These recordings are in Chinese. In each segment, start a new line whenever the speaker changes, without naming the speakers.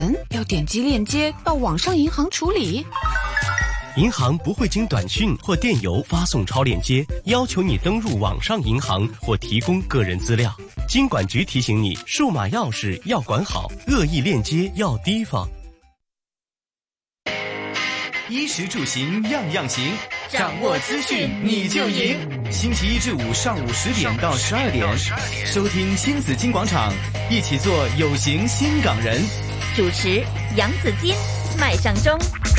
要点击链接到网上银行处理。
银行不会经短讯或电邮发送超链接，要求你登入网上银行或提供个人资料。金管局提醒你，数码钥匙要管好，恶意链接要提防。
衣食住行样样行，掌握资讯你就赢。星期一至五上午10点到12点，收听新紫金广场，一起做有型新港人。
主持杨紫金、麦尚中。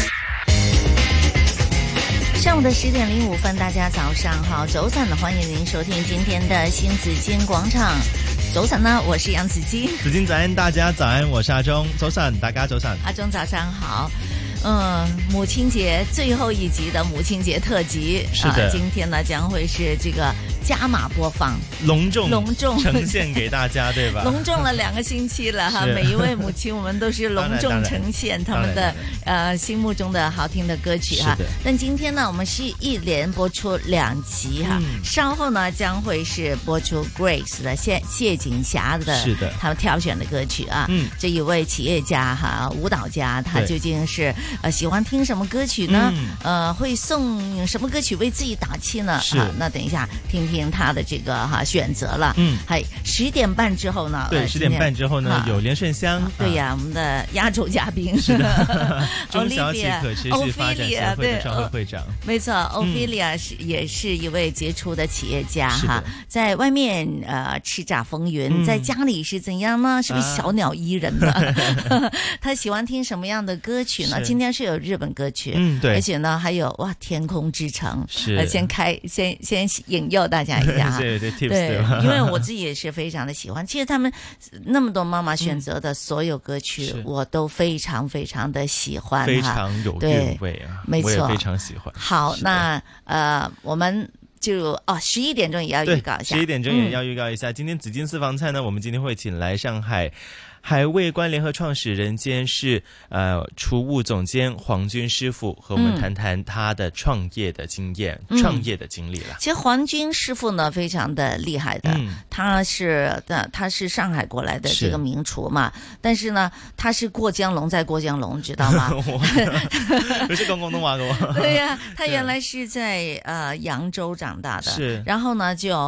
上午的10點05分，大家早上好，早晨，歡迎您收聽今天的新紫金廣場。早晨呢，我是楊紫金。
紫金早安，大家早安，我是阿中。早晨，大家早晨。
阿中早上好。母亲节最后一集的母亲节特辑，
是的，
今天呢将会是这个加码播放，
隆重呈现给大家，对吧？
隆重了2个星期了哈，每一位母亲我们都是隆重呈现他们的心目中的好听的歌曲哈。但今天呢，我们是一连播出2集哈，稍后呢将会是播出 Grace 的谢锦霞的，
是的，
他们挑选的歌曲啊。这一位企业家哈，舞蹈家，他究竟是喜欢听什么歌曲呢？会送什么歌曲为自己打气呢？
是，
那等一下听听他的这个选择了。还10点半之后呢？
对，10点半之后呢有连顺香。
对呀，我们的压轴嘉宾
是的，中小企可持续发展协会的创会会长。
没错，Ophelia 也是一位杰出的企业家哈，在外面叱咤风云，在家里是怎样呢？是不是小鸟依人呢？他喜欢听什么样的歌曲呢？今天是有日本歌曲，
对，
而且呢还有天空之城，
是
先引诱大家一下哈，
对，
因为我自己也是非常的喜欢。其实他们那么多妈妈选择的所有歌曲，我都非常非常的喜欢，
非常有韵味啊，
没错，
我也非常喜欢。
好，那我们就11点钟也要预告一下
，11点钟也要预告一下。今天紫金私房菜呢，我们今天会请来上海海味观联合创始人兼是厨务总监黄军师傅，和我们谈谈他的创业的经验、创业的经历了。
其实黄军师傅呢非常的厉害的，他是上海过来的这个名厨嘛，但是呢他是过江龙在过江龙，知道吗？
不是讲广东话的吗？
对呀，他原来是在扬州长大的，
是，
然后呢就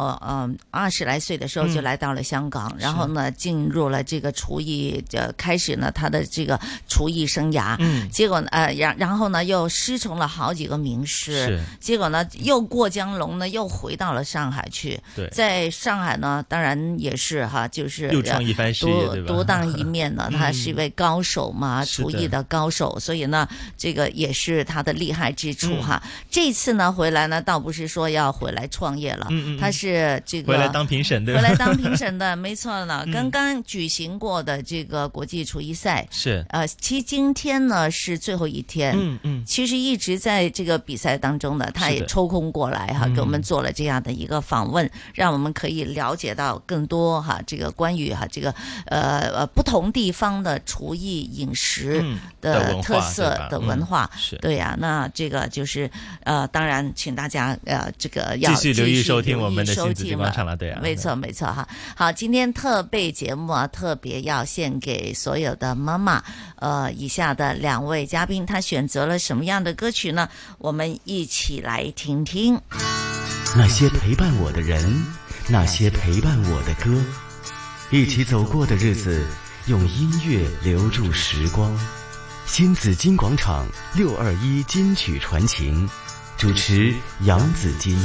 20来岁的时候就来到了香港，然后呢进入了这个厨艺。开始呢，他的这个厨艺生涯，结果然后呢又师从了好几个名师，结果呢又过江龙呢，又回到了上海去。
对，
在上海呢，当然也是哈，就是
又创一番事业，对吧？
独当一面呢，他是一位高手嘛，厨艺的高手，所以呢，这个也是他的厉害之处哈。这次呢回来呢，倒不是说要回来创业了，他是这个
回来当评审的，
回来当评审的，没错呢。刚刚举行过的这个国际厨艺赛
是
其实今天呢是最后一天，其实一直在这个比赛当中呢，他也抽空过来哈，给我们做了这样的一个访问，让我们可以了解到更多哈，这个关于哈这个不同地方的厨艺饮食的特色的文化，对呀，那这个就是当然请大家这个要
继续留意收听我们的新紫金广场了，对啊，
没错没错哈。好，今天特备节目啊，特别要献给所有的妈妈。以下的2位嘉宾他选择了什么样的歌曲呢？我们一起来听听。
那些陪伴我的人，那些陪伴我的歌，一起走过的日子，用音乐留住时光。新紫金广场621金曲传情，主持杨紫金。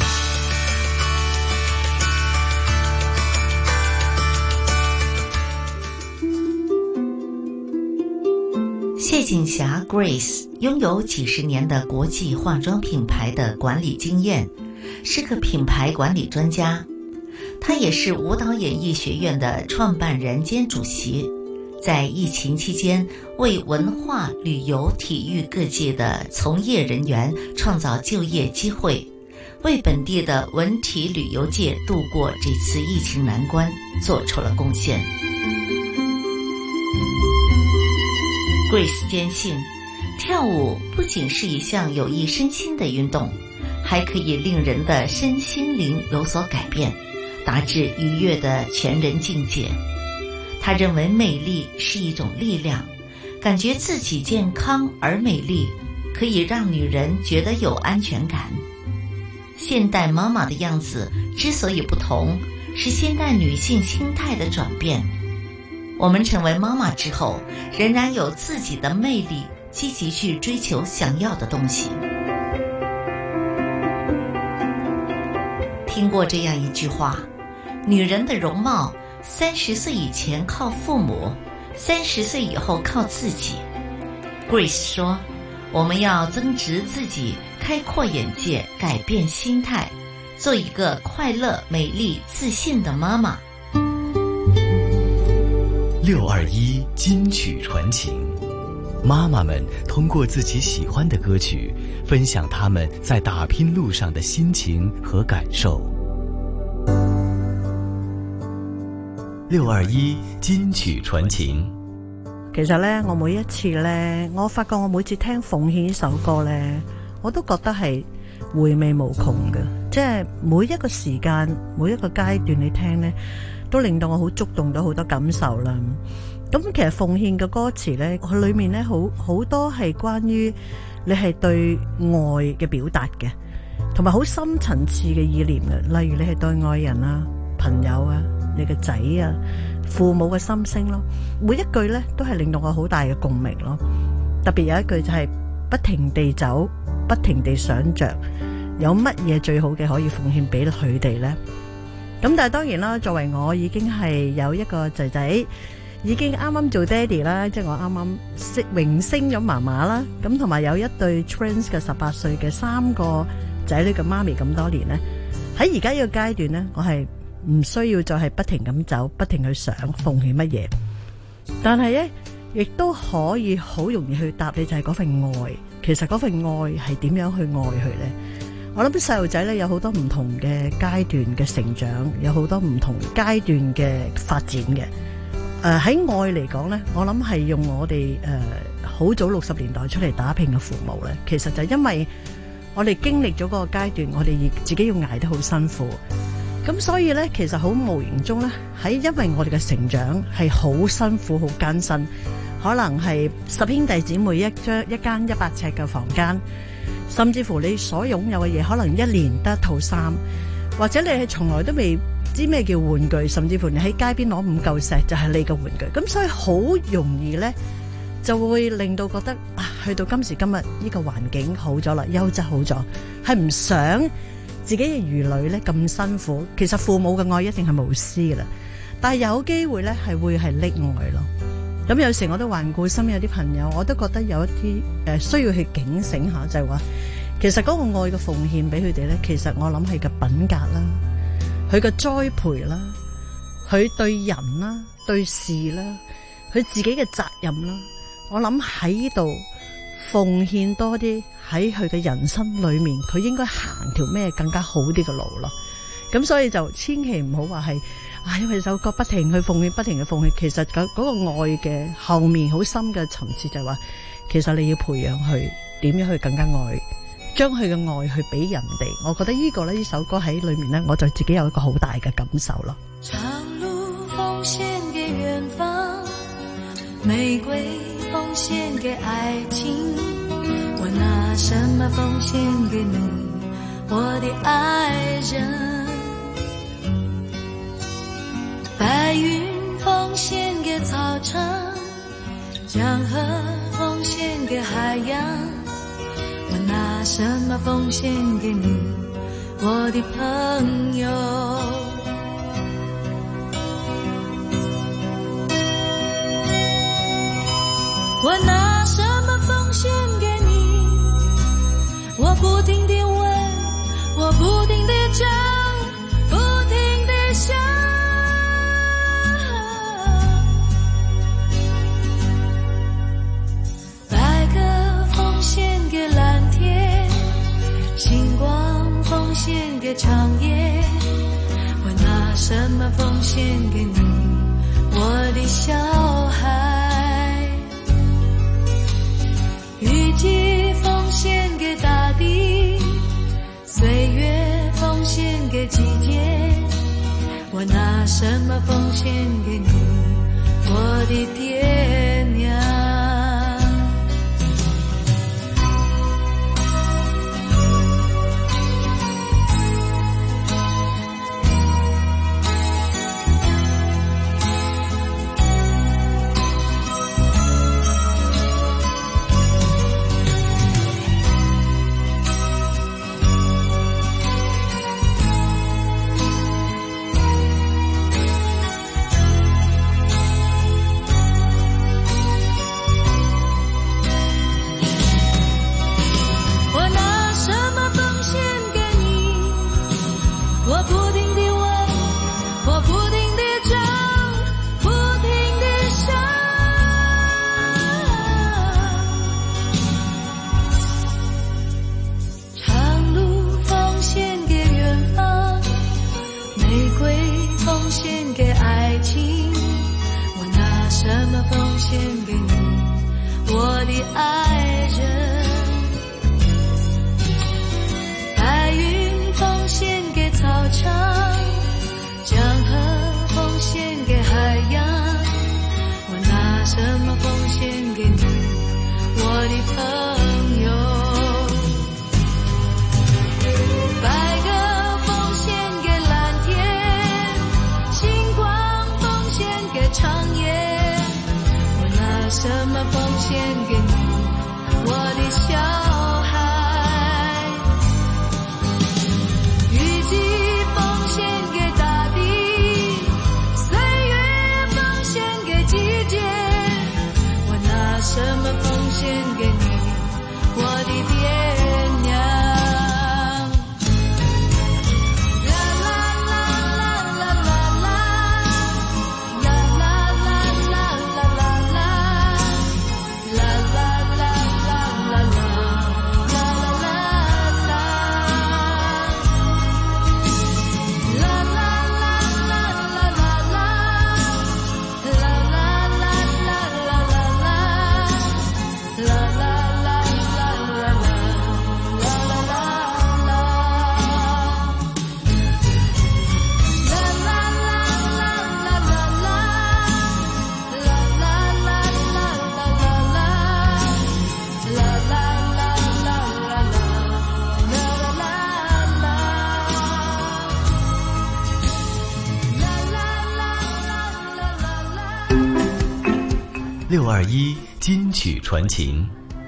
谢锦霞 Grace 拥有几十年的国际化妆品牌的管理经验，是个品牌管理专家。她也是舞蹈演艺学院的创办人兼主席，在疫情期间为文化、旅游、体育各界的从业人员创造就业机会，为本地的文体旅游界度过这次疫情难关做出了贡献。Grace 坚信，跳舞不仅是一项有益身心的运动，还可以令人的身心灵有所改变，达至愉悦的全人境界。他认为魅力是一种力量， 感觉自己健康而美丽，可以让女人觉得有安全感。现代妈妈的样子之所以不同，是现代女性心态的转变。我们成为妈妈之后，仍然有自己的魅力，积极去追求想要的东西。听过这样一句话，女人的容貌30岁以前靠父母，30岁以后靠自己。 Grace 说，我们要增值自己，开阔眼界，改变心态，做一个快乐、美丽、自信的妈妈。
621金曲传情，妈妈们通过自己喜欢的歌曲，分享她们在打拼路上的心情和感受。621金曲傳情。
其實呢，我每一次呢，我發覺我每次聽《奉獻》呢首歌呢，我都覺得係回味無窮嘅。即係每一個時間、每一個階段你聽呢，都令到我好觸動到好多感受啦。咁其實《奉獻》嘅歌詞呢，佢裏面呢好多係關於你係對愛嘅表達嘅，同埋好深層次嘅意念嘅。例如你係對愛人啊、朋友啊、你嘅仔啊、父母嘅心聲咯，每一句呢都係令到我好大嘅共鳴咯。特別有一句就係不停地走，不停地想着有乜嘢最好嘅可以奉獻俾佢哋呢。咁但係當然啦，作為我已經係有一個仔仔，已經啱啱做爹哋啦，即係我啱啱榮升咗媽媽啦。咁同埋有一對 twins 嘅18歲嘅3個仔女嘅媽咪咁多年呢，喺而家呢個階段呢，我係唔需要再係不停咁走，不停去想奉獻乜嘢，但係呢，亦都可以好容易去答你，就係嗰份愛。其實嗰份愛係點樣去愛佢呢？我諗細路仔呢，有好多唔同嘅階段嘅成長，有好多唔同階段嘅發展嘅。喺愛嚟講呢，我諗係用我哋好早60年代出嚟打拼嘅父母呢，其實就因為我哋經歷咗嗰個階段，我哋自己要捱得好辛苦。咁所以呢，其實好無形中呢，因為我哋嘅成長係好辛苦、好艱辛，可能係10兄弟姊妹一間100尺嘅房間，甚至乎你所擁有嘅嘢，可能1年得一套衫，或者你係從來都未知咩叫玩具，甚至乎你喺街邊攞5嚿石就係你嘅玩具。咁所以好容易呢，就會令到覺得去到今時今日呢個環境好咗啦，優質好咗，係唔想自己嘅兒女咧咁辛苦。其實父母嘅愛一定係無私噶啦，但係有機會咧係會係溺愛咯。咁有時我都環顧身邊有啲朋友，我都覺得有一啲需要去警醒下，就係話其實嗰個愛嘅奉獻俾佢哋咧，其實我諗係個品格啦，佢嘅栽培啦，佢對人啦、對事啦，佢自己嘅責任啦，我諗喺呢度奉獻多啲。喺佢嘅人生裏面，佢應該行條咩更加好啲嘅路咯。咁所以就千祈唔好話係因為首歌不停去奉獻，不停去奉獻。其實嗰個愛嘅後面好深嘅層次就係話，其實你要培養佢點樣去更加愛，將佢嘅愛去俾人哋。我覺得呢首歌喺裏面呢，我就自己有一個好大嘅感受咯。
長路奉獻給遠方，玫瑰奉獻給愛情，我拿什麼奉獻給你，我的愛人？白雲奉獻給草場，江河奉獻給海洋，我拿什麼奉獻給你，我的朋友？我拿什麼奉獻給你？我不停地問，我不停地找，不停地想。白鴿奉獻給藍天，星光奉獻給長夜，我拿什麼奉獻給你，我的小孩？雨季奉獻給大地，歲月奉獻給季節，我拿什麼奉獻給你，我的爹娘？ 的爱人。白云奉献给草场，江河奉献给海洋，我拿什么奉献给你，我的朋友？白鸽奉献给蓝天，星光奉献给长夜，我拿什么奉献给你，我的小什么奉献给你，我的爹娘？啦啦啦啦啦啦啦，啦啦啦啦啦啦啦，啦啦啦啦啦
621金曲傳情。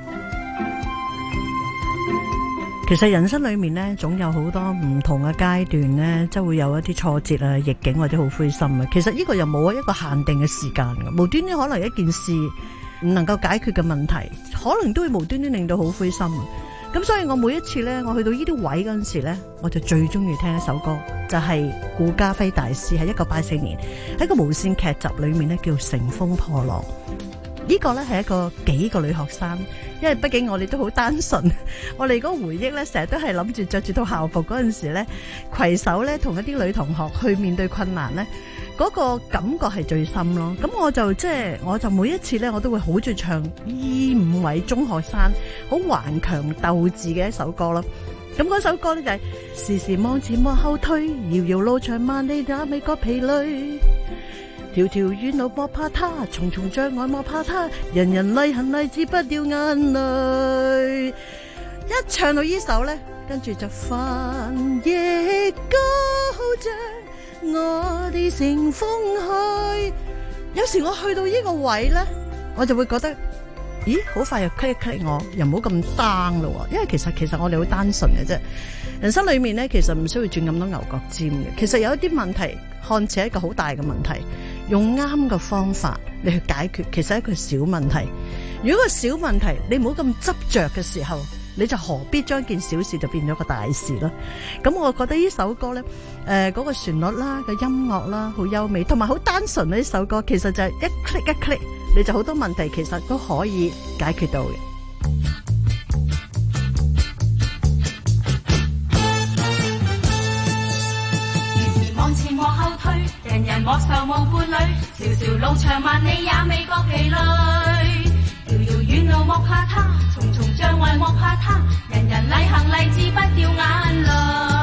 其實人生裏面呢，總有好多唔同嘅階段呢，即係會有一啲挫折啊、逆境或者好灰心啊。其實呢個又冇一個限定嘅時間嘅，無端端可能一件事唔能夠解決嘅問題，可能都會無端端令到好灰心。咁所以我每一次呢，我去到呢啲位嗰陣時呢，我就最中意聽一首歌，就係顧嘉輝大師喺1984年喺個無線劇集裏面呢，叫《乘風破浪》。呢個呢係一個幾個女學生，因為畢竟我哋都好單純，我哋嗰個回憶呢，成日都係諗住着住套校服嗰陣時呢，攜手呢同一啲女同學去面對困難呢，嗰個感覺係最深咯。咁我就每一次呢，我都會好中意唱呢5位中學生好頑強鬥志嘅一首歌咯。咁嗰首歌呢，就係時時望前望後退，遙遙路長萬里也未覺疲累。條條遠路莫怕他，重重障礙莫怕他，人人淚痕勵志不掉眼淚。一唱到呢首呢，跟住就帆亦高漲，我哋乘風去。有時我去到呢個位呢，我就會覺得，咦，好快又 click click 我，又唔好咁 down 咯。因為其實我哋好單純嘅啫，人生裏面呢，其實唔需要轉咁多牛角尖嘅。其實有一啲問題看似係一個好大嘅問題，用啱嘅方法你去解決，其實係一個小問題。如果個小問題你唔好咁執着嘅時候，你就何必將件小事就變咗個大事咯？咁我覺得呢首歌呢，嗰個旋律啦，個音樂啦，好優美，同埋好單純。呢首歌其實就係一 click 一 click，你就好多問題其實都可以解決到嘅。
人人莫愁無伴侶，條條路長萬里也未覺疲累。遙遙遠路莫怕他，重重障礙莫怕他，人人禮行勵志不掉眼淚。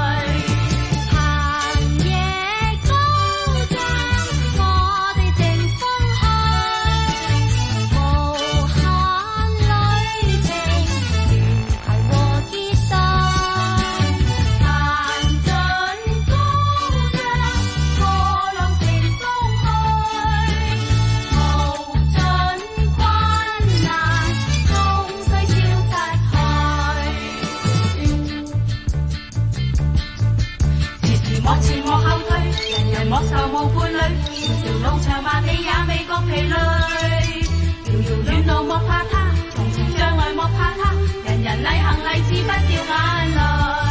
莫愁無伴侶，條條路長萬里也未覺疲累。遙遙遠路莫怕他，重重障礙莫怕他，人人禮行勵志不掉眼淚。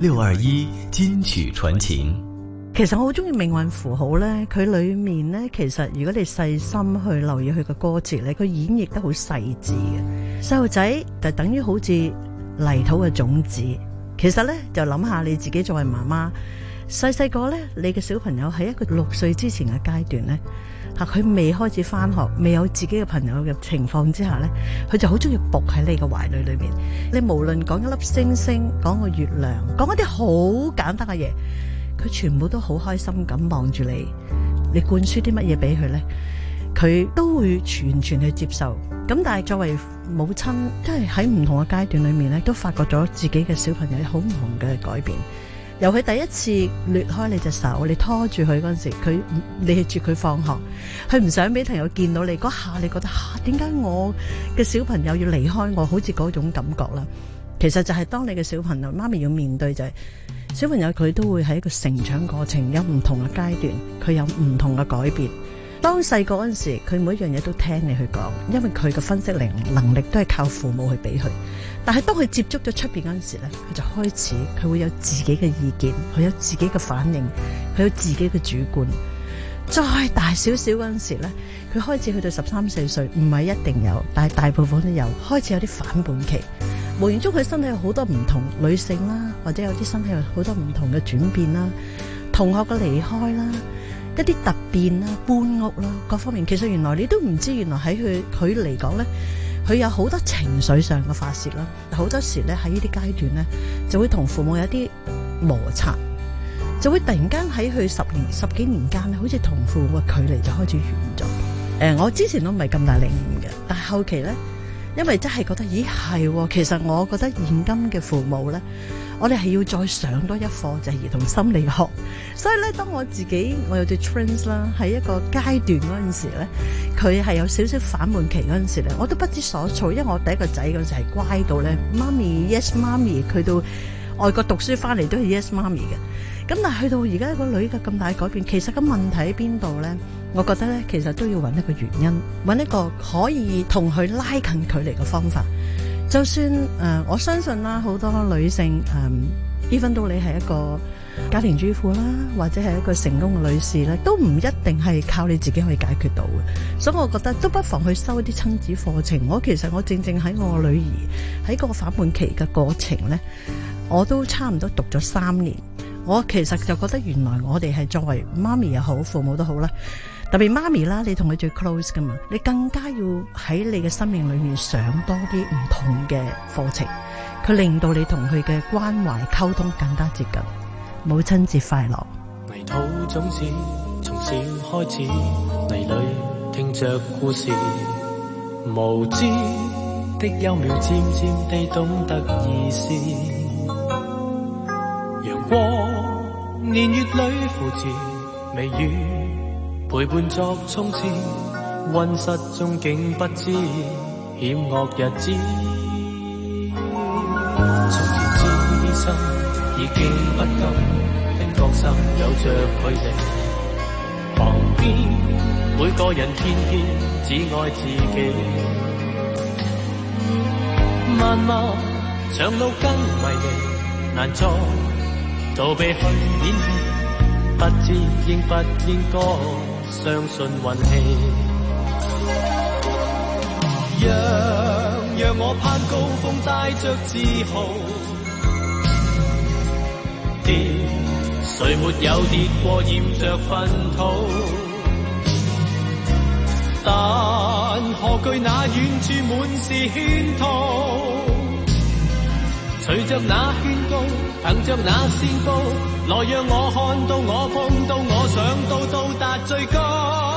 621金曲傳情。
其實我好中意命運符號呢，佢裏面呢，其實如果你細心去留意佢嘅歌詞呢，佢演繹得好細緻嘅。細路仔就等於好似泥土嘅種子，其實呢，就諗下你自己作為媽媽，細個呢，你嘅小朋友喺一個6歲之前嘅階段呢，佢未開始返學，未有自己嘅朋友嘅情況之下呢，佢就好中意伏喺你嘅懷裏面。你無論講一粒星星，講個月亮，講一啲好簡單嘅嘢，佢全部都好開心咁望住你，你灌輸啲乜嘢俾佢呢？佢都會全去接受。咁但係作為母親，即係喺唔同嘅階段裏面咧，都發覺咗自己嘅小朋友好唔同嘅改變。由佢第一次掠開你隻手，你拖住佢嗰陣時，你係住佢放學，佢唔想俾朋友見到你嗰下，你覺得點解我嘅小朋友要離開我？好似嗰種感覺啦。其實就係當你嘅小朋友媽咪要面對就係。小朋友佢都會喺一個成長過程，有唔同嘅階段，佢有唔同嘅改變。當細個嗰陣時，佢每一樣嘢都聽你去講，因為佢嘅分析能力都係靠父母去俾佢。但係當佢接觸咗出邊嗰陣時咧，佢就開始佢會有自己嘅意見，佢有自己嘅反應，佢有自己嘅主觀。再大少少嗰陣時咧，佢開始去到13、14歲，唔係一定有，但係大部分都有，開始有啲反叛期。無形中佢身體有好多唔同，女性啦，或者有啲身體有好多唔同嘅轉變啦，同學嘅離開啦，一啲突變啦，搬屋啦，各方面，其實原來你都唔知，原來喺佢嚟講咧，佢有好多情緒上嘅發洩啦。好多時咧喺呢啲階段咧，就會同父母有啲摩擦，就會突然間喺佢十幾年間咧，好似同父母嘅距離就開始遠咗。我之前都唔係咁大領悟嘅，但係後期咧。因為真係覺得，咦係，其實我覺得現今嘅父母咧，我哋係要再上多一課，就係兒童心理學。所以咧，當我有對 twins 啦，喺一個階段嗰陣時咧，佢係有少少反叛期嗰陣時咧，我都不知所措，因為我第一個仔嗰陣時係乖到咧，媽咪 yes 媽咪，佢到外國讀書翻嚟都係 yes 媽咪嘅。咁但係去到而家個女嘅咁大改變，其實個問題喺邊度咧？我覺得咧，其實都要揾一個原因，揾一個可以同佢拉近距離嘅方法。就算我相信啦，好多女性even 到你係一個家庭主婦啦，或者係一個成功嘅女士咧，都唔一定係靠你自己可以解決到嘅。所以我覺得都不妨去修一啲親子課程。其實我正喺我女兒喺個反叛期嘅過程咧，我都差唔多讀咗3年。我其實就覺得原來我哋係作為媽咪又好，父母都好啦，特別媽咪啦，你同佢最 close 噶嘛，你更加要喺你嘅生命裏面上多啲唔同嘅課程，佢令到你同佢嘅關懷溝通更加接近。母親節快樂！
泥土種子從小開始，泥裏聽着故事，無知的幼苗漸漸地懂得意思。陽光年月裏扶持微雨，陪伴作衝刺，溫室中竟不知險惡日子。從前知心已經不甘，聽覺心有着距離，旁邊每個人偏偏只愛自己。漫漫長路更迷離，難再逃避去演戲，不知應不應該相信運氣。讓我攀高峰帶着自豪，跌誰沒有跌過染着糞土，但何懼那遠處滿是圈套，隨着那勸告，憑着那線報，來讓我看到，我碰到，我想到達最高。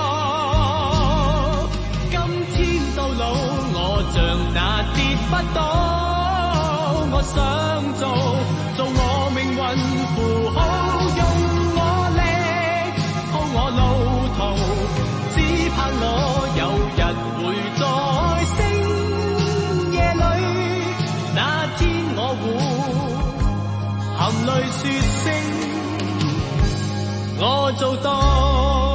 今天到老，我像那跌不倒，我想做我命運符號，用我力鋪我路途，只盼我有日會在星夜裏，那天我會含淚說聲我做到。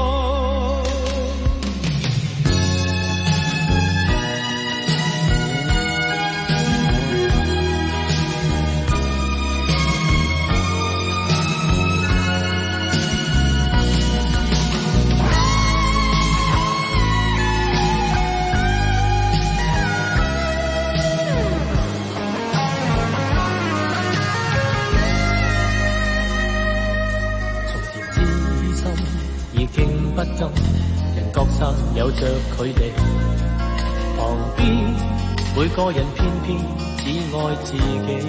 中，人各散有着距離，旁邊每個人偏偏只愛自己。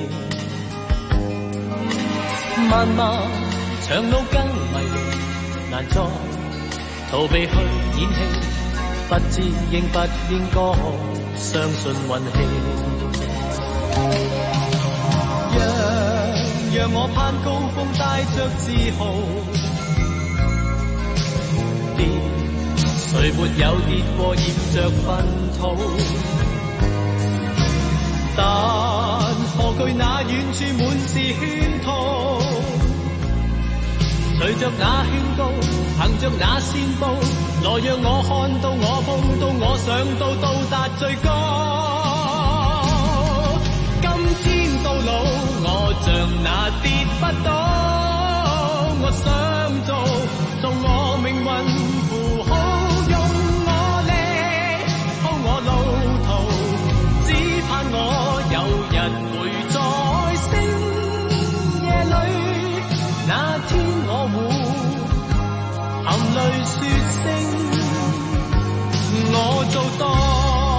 漫漫長路更迷離，難再逃避去演戲，不知應不應該相信運氣。讓我攀高峰帶着自豪，跌誰沒有跌過染着糞土，但何懼那遠處滿是圈套，隨着那勸告，行着那線步，來讓我看到我碰到我想到達最高。今天到老，我像那跌不倒，我想做我命運符號，用我力鋪我路途，只盼我有日會在星夜裏，那天我會含淚說聲我做到。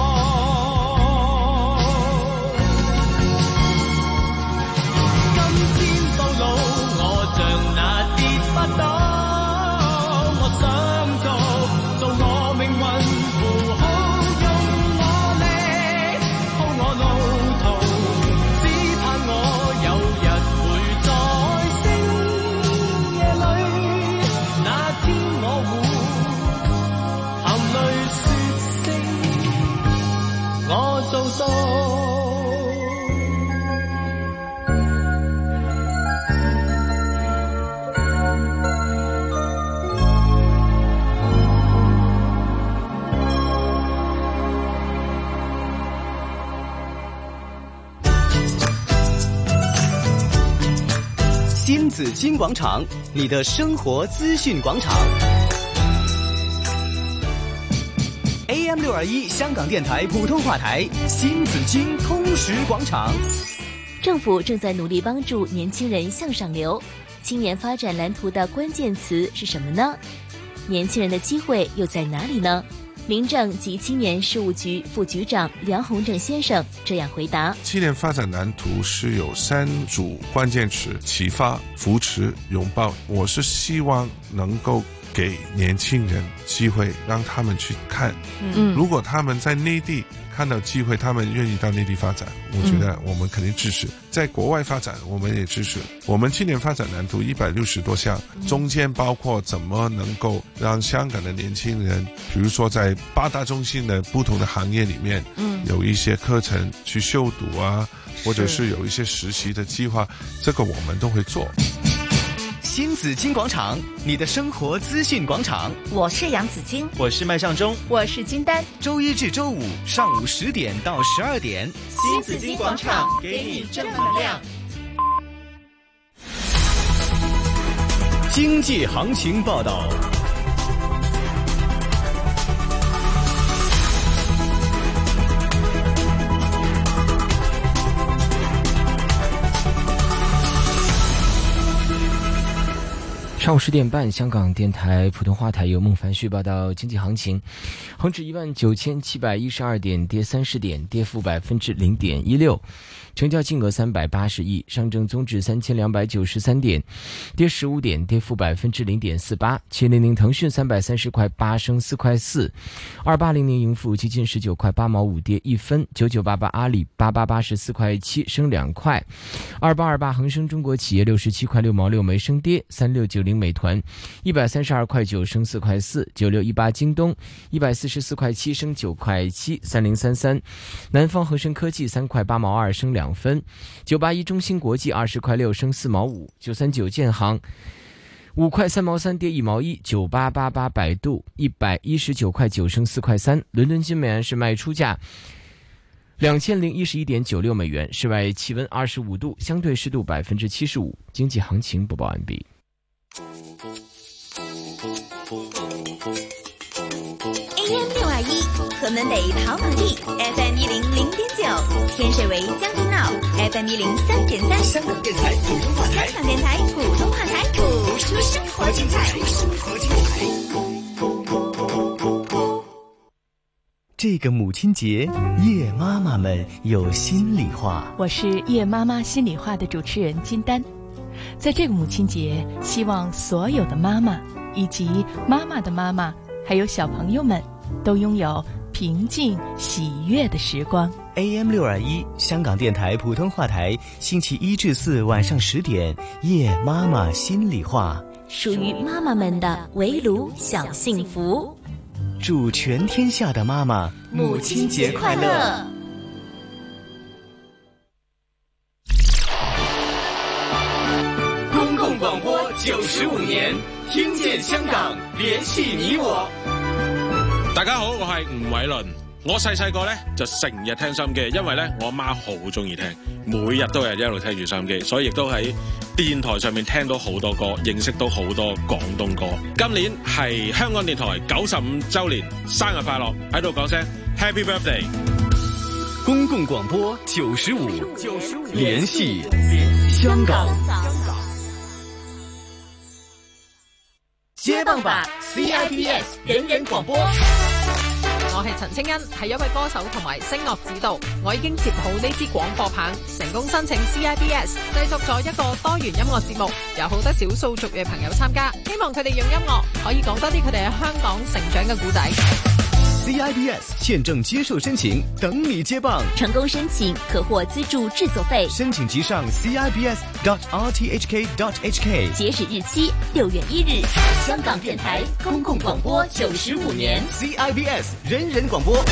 新紫金广场，你的生活资讯广场。AM621香港电台普通话台，新紫金通识广场。
政府正在努力帮助年轻人向上流，青年发展蓝图的关键词是什么呢？年轻人的机会又在哪里呢？民政及青年事务局副局长梁宏正先生这样回答：
青年发展蓝图是有3组关键词：启发、扶持、拥抱。我是希望能够给年轻人机会，让他们去看。如果他们在内地看到机会，他们愿意到内地发展，我觉得我们肯定支持。在国外发展，我们也支持。我们青年发展蓝图160多项，中间包括怎么能够让香港的年轻人，比如说在8大中心的不同的行业里面，有一些课程去修读啊，或者是有一些实习的计划，这个我们都会做。
新紫金广场，你的生活资讯广场。
我是杨紫金，
我是麦尚中，
我是金丹。
周一至周五上午10点到12点，
新紫金广场给你正能量。
经济行情报道。
上午10点半，香港电台普通话台由孟凡旭报道经济行情。恒指19712点，跌30点，跌幅0.16%，成交金额380亿。上证综指3293点，跌15点，跌幅0.48%。700腾讯330块8升4块4，2800盈富基金19块8毛5跌1分，9988阿里884块7升2块，2828恒生中国企业67块6毛6没升跌，3690美团132块9升4块4，9618京东144块7升9块7，3033南方恒生科技3块8毛2升2分，981中芯国际20块6升4毛5，939建行5块3毛3跌1毛1，9888百度119块9升4块3，伦敦金美元是卖出价2011.96美元，室外气温25度，相对湿度75%。经济行情播报完毕。
AM621河门北跑马地 FM100.9，天水围将军澳 FM103.3，
香港电台普通话台，
香港电台普通话台，谱出生活精彩。
这个母亲节，叶妈妈们有心里话。
我是叶妈妈心里话的主持人金丹。在这个母亲节，希望所有的妈妈以及妈妈的妈妈，还有小朋友们，都拥有平静喜悦的时光。
AM621 香港电台普通话台，星期1至4晚上10点，叶妈妈心里话，
属于妈妈们的围炉小幸福。
祝全天下的妈妈
母亲节快乐！
公共广播95年，听见香港，聯繫你我。
大家好，我係吳偉倫。我細個咧就成日聽收音機，因為咧我阿媽好中意聽，每日都係一路聽住收音機，所以亦都喺電台上面聽到好多歌，認識到好多廣東歌。今年係香港電台95週年，生日快樂！喺度講聲 Happy Birthday！
公共廣播95，聯繫香港。
接棒吧 CIBS 人人廣播。我係陳清恩，係一位歌手同埋聲樂指導。我已經接好呢支廣播棒，成功申請 CIBS， 製作咗一個多元音樂節目，有好多少數族裔朋友參加，希望佢哋用音樂可以講多啲佢哋喺香港成長嘅故仔。
CIBS 現正接受申請，等你接棒。
成功申請可獲資助製作費。
申請即上 CIBS.RTHK.HK。
截止日期6月1日。香港電台公共廣播95年
，CIBS 人人廣播。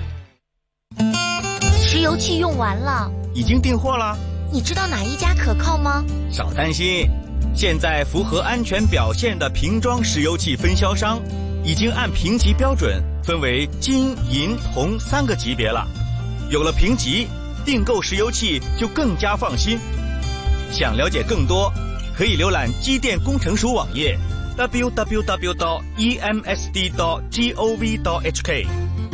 石油氣用完了，
已經訂貨了。
你知道哪一家可靠嗎？
少擔心，現在符合安全表現的瓶裝石油氣分銷商已經按評級標準分為金、銀、銅3個級別了。有了評級，訂購石油氣就更加放心。想了解更多，可以瀏覽機電工程署網頁 www.emsd.gov.hk。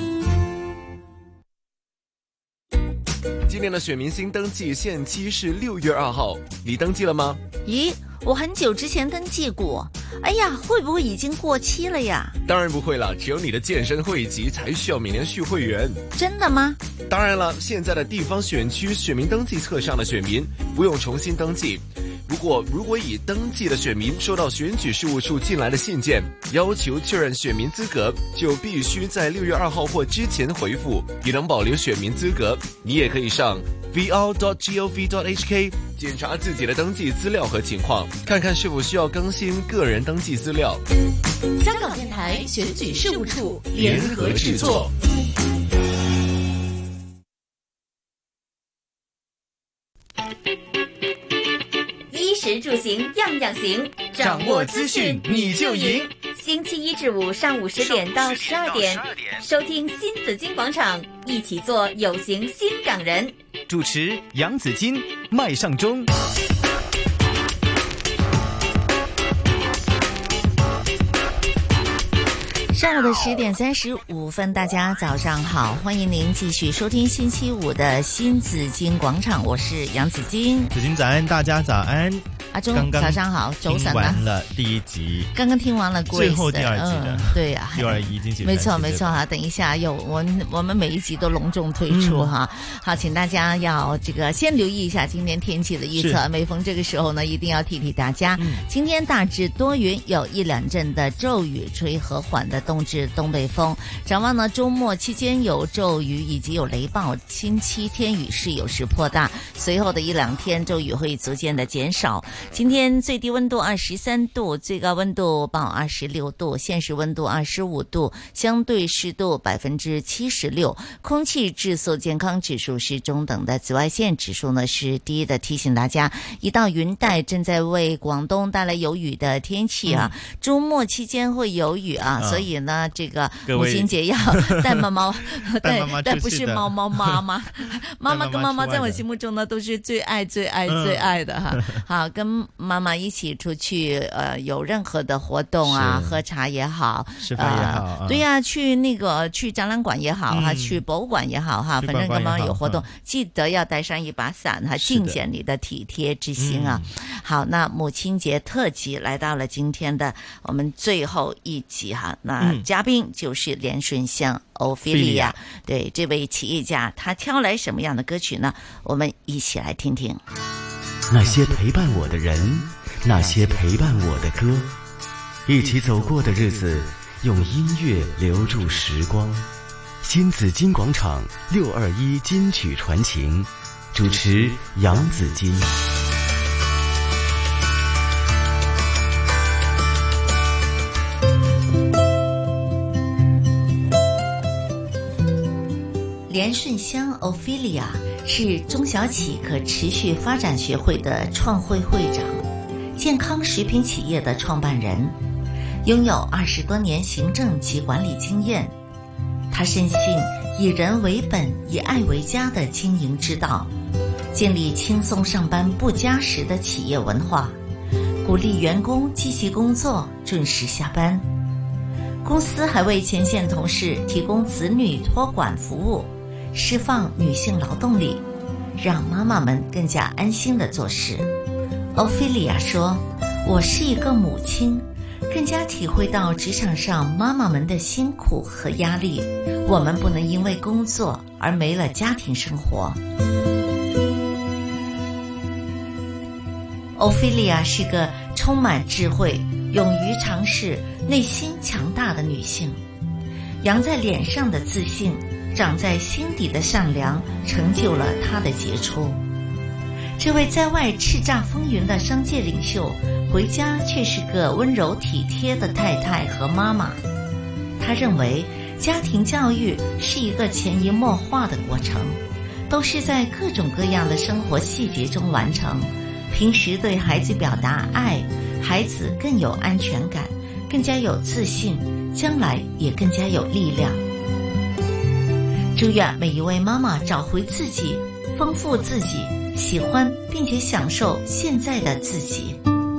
今年的選民新登記限期是6月2號，你登記了嗎？
咦，我很久之前登記過，哎呀，會不會已經過期了呀？
當然不會了，只有你的健身會籍才需要每年續會員。
真的嗎？
當然了，現在的地方選區選民登記冊上的選民不用重新登記。如果已登記的選民收到選舉事務處進來的信件，要求確認選民資格，就必須在6月2號或之前回復，也能保留選民資格。你也可以上 vr.gov.hk 檢查自己的登記資料和情況，看看是否需要更新個人登記資料。
香港電台選舉事務處聯合製作。
衣食住行樣樣行，
掌握資訊你就贏。
星期1至5上午10點到12點，收聽新紫荊廣場，一起做有型新港人。
主持楊子矜、麥尚中。
上午的10點35分，大家早上好，歡迎您繼續收聽星期5的新紫荊廣場，我是楊子矜。
子矜早安，大家早安。
阿忠，早上好，早晨啊！
聽完了第1集，
剛剛聽完了 Grace
最後第2集的，
對呀
，621已經結束。
沒錯沒錯哈，等一下我們每一集都隆重推出哈。好，請大家要這個先留意一下今天天氣的預測，每逢這個時候呢，一定要提大家。今天大致多雲，有1、2陣的驟雨，吹和緩的東至東北風。展望呢，周末期間有驟雨以及有雷暴，星期天雨勢有時頗大，隨後的1、2天驟雨會逐漸的減少。今天最低溫度23度，最高溫度報26度，現時溫度25度，相對濕度76%，空氣質素健康指數是中等的，紫外線指數呢是低的。提醒大家，一道雲帶正在為廣東帶來有雨的天氣啊，周末期間會有雨啊，所以呢，這個母親節要帶媽媽，但不是貓貓媽媽，媽媽跟媽媽在我心目中呢都是最愛的哈。好，跟跟妈妈一起出去有任何的活动啊，喝茶也好，
吃饭也好，
对呀，去展览馆也好哈，去博物馆也好哈，反正跟妈妈有活动，记得要带上一把伞哈，尽显你的体贴之心啊。好，那母亲节特辑来到了今天的我们最后一集哈，那嘉宾就是连顺香Ophelia，对，这位企业家，他挑来什么样的歌曲呢？我们一起来听听。
那些陪伴我的人，那些陪伴我的歌，一起走过的日子，用音乐留住时光。新紫金广场621金曲传情，主持杨紫金。
连顺香 Ophelia 是中小企可持续发展学会的创会会长，健康食品企业的创办人，拥有20多年行政及管理经验。他深信以人为本、以爱为家的经营之道，建立轻松上班不加时的企业文化，鼓励员工积极工作、准时下班。公司还为前线同事提供子女托管服务，释放女性劳动力，让妈妈们更加安心地做事。Ophelia 说，我是一个母亲，更加体会到职场上妈妈们的辛苦和压力，我们不能因为工作而没了家庭生活。Ophelia 是个充满智慧、勇于尝试、内心强大的女性，扬在脸上的自信，长在心底的善良，成就了她的杰出。这位在外叱咤风云的商界领袖，回家却是个温柔体贴的太太和妈妈。她认为家庭教育是一个潜移默化的过程，都是在各种各样的生活细节中完成。平时对孩子表达爱，孩子更有安全感，更加有自信，将来也更加有力量。祝愿每一位妈妈找回自己，丰富自己，喜欢并且享受现在的自己。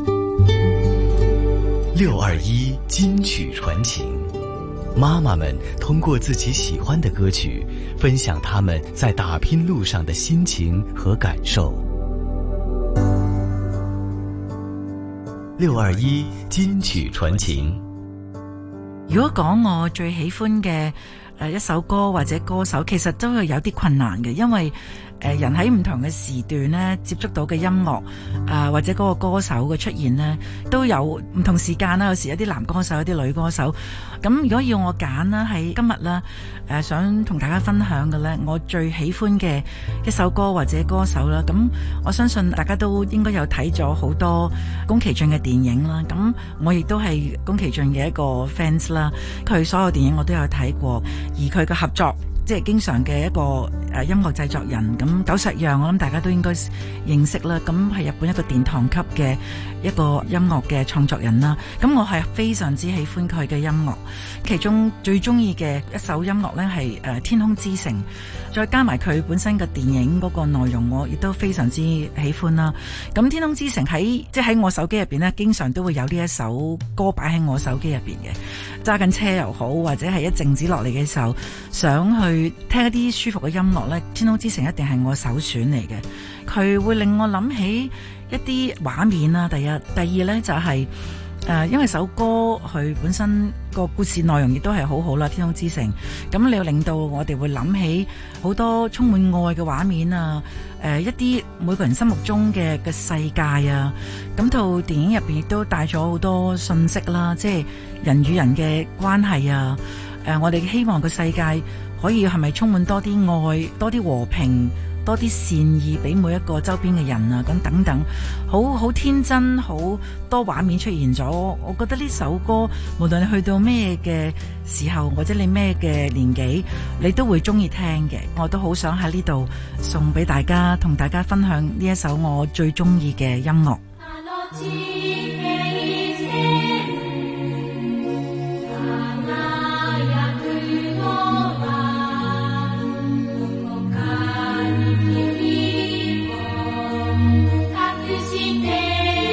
621金曲传情，妈妈们通过自己喜欢的歌曲，分享他们在打拼路上的心情和感受。621金曲傳情。
如果講我最喜歡嘅一首歌或者歌手，其實都係有啲困難嘅，因為人喺唔同嘅時段咧接觸到嘅音樂或者嗰個歌手嘅出現咧都有唔同時間啦，有時有啲男歌手，有啲女歌手。咁如果要我揀啦，喺今日啦想同大家分享嘅咧，我最喜歡嘅一首歌或者歌手啦，咁我相信大家都應該有睇咗好多宮崎駿嘅電影啦，咁我亦都係宮崎駿嘅一個 fans 啦，佢所有電影我都有睇過，而佢嘅合作即係經常嘅一個音樂製作人，咁久石讓我諗大家都應該認識啦，咁係日本一個殿堂級嘅一個音樂嘅創作人啦，咁我係非常之喜歡佢嘅音樂，其中最中意嘅一首音樂呢係天空之城，再加埋佢本身嘅電影嗰個內容，我亦都非常之喜歡啦。咁天空之城即係喺我手機入邊呢，經常都會有呢一首歌擺喺我手機入邊嘅，揸緊車又好，或者係一靜止落嚟嘅時候，想去聽一啲舒服嘅音樂呢，天空之城一定係我首選嚟嘅。佢會令我諗起一啲畫面啦，第一，第二呢就係因為首歌佢本身個故事內容亦都係好好啦，天空之城，咁你要令到我哋會諗起好多充滿愛嘅畫面啊，一啲每個人心目中嘅世界啊，咁套電影入邊亦都帶咗好多信息啦，即係人與人嘅關係啊，我哋希望個世界可以係咪充滿多啲愛，多啲和平，多啲善意俾每一個周邊嘅人啊，咁等等，好天真，好多畫面出現咗。我覺得呢首歌無論你去到咩嘅時候，或者你咩嘅年紀，你都會中意聽嘅。我都好想喺呢度送俾大家，同大家分享呢一首我最中意嘅音樂。
Thank you.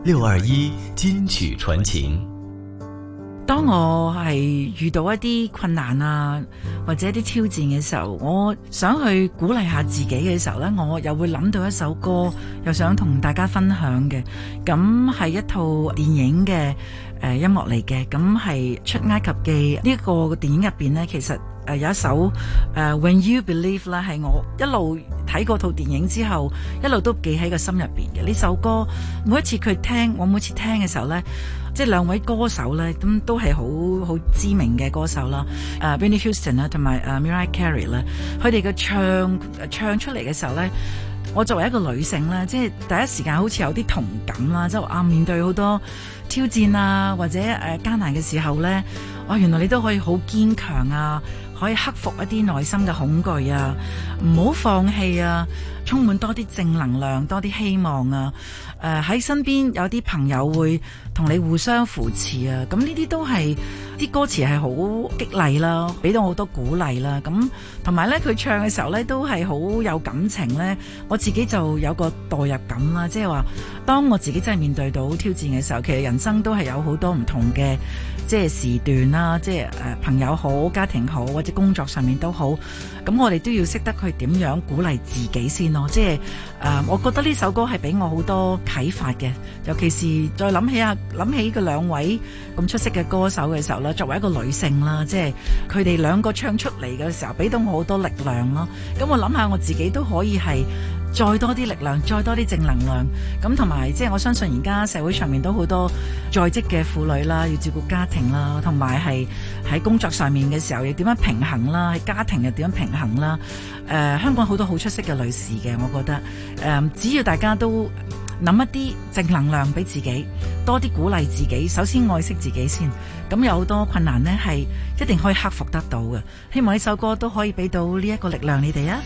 621金曲传情。
當我係遇到一啲困難啊，或者一啲挑戰嘅時候，我想去鼓勵下自己嘅時候呢，我又會諗到一首歌，又想同大家分享嘅。咁係一套電影嘅音樂嚟嘅，咁係出埃及記呢個電影入邊呢，其實有一首When You Believe 啦，係我一路睇過套電影之後，一路都記喺個心入邊嘅。呢首歌每一次我每次聽嘅時候呢，即係兩位歌手呢，咁都係好知名嘅歌手啦，Whitney Houston 啦，同埋Mariah Carey 啦，佢哋嘅唱出嚟嘅時候呢，我作為一個女性呢，即係第一時間好似有啲同感啦，即係面對好多挑戰啊，或者艱難嘅時候呢，原來你都可以好堅強啊，可以克服一啲內心嘅恐懼啊，唔好放棄啊，充滿多啲正能量，多啲希望啊，喺身邊有啲朋友會同你互相扶持啊，咁呢啲都係啲歌詞係好激勵啦，俾到好多鼓勵啦，咁同埋咧佢唱嘅時候咧都係好有感情咧，我自己就有個代入感啦，即係話當我自己真係面對到挑戰嘅時候，其實人生都係有好多唔同嘅即係時段啦，即係朋友好、家庭好或者工作上面都好，咁我哋都要識得去點樣鼓勵自己先咯，即係我覺得呢首歌係俾我好多啟發嘅，尤其是再諗起佢兩位咁出色嘅歌手嘅時候啦，作為一個女性啦，即係佢哋兩個唱出嚟嘅時候，俾到我好多力量咯。咁我諗下我自己都可以係再多啲力量，再多啲正能量。咁同埋即係我相信而家社會上面都好多在職嘅婦女啦，要照顧家庭啦，同埋係喺工作上面嘅時候要點樣平衡啦，喺家庭又點樣平衡啦。香港好多好出色嘅女士嘅，我覺得只要大家都諗一啲正能量俾自己，多啲鼓勵自己，首先愛惜自己先，咁有好多困難呢係一定可以克服得到嘅。希望呢首歌都可以俾到呢一個力量你哋啊！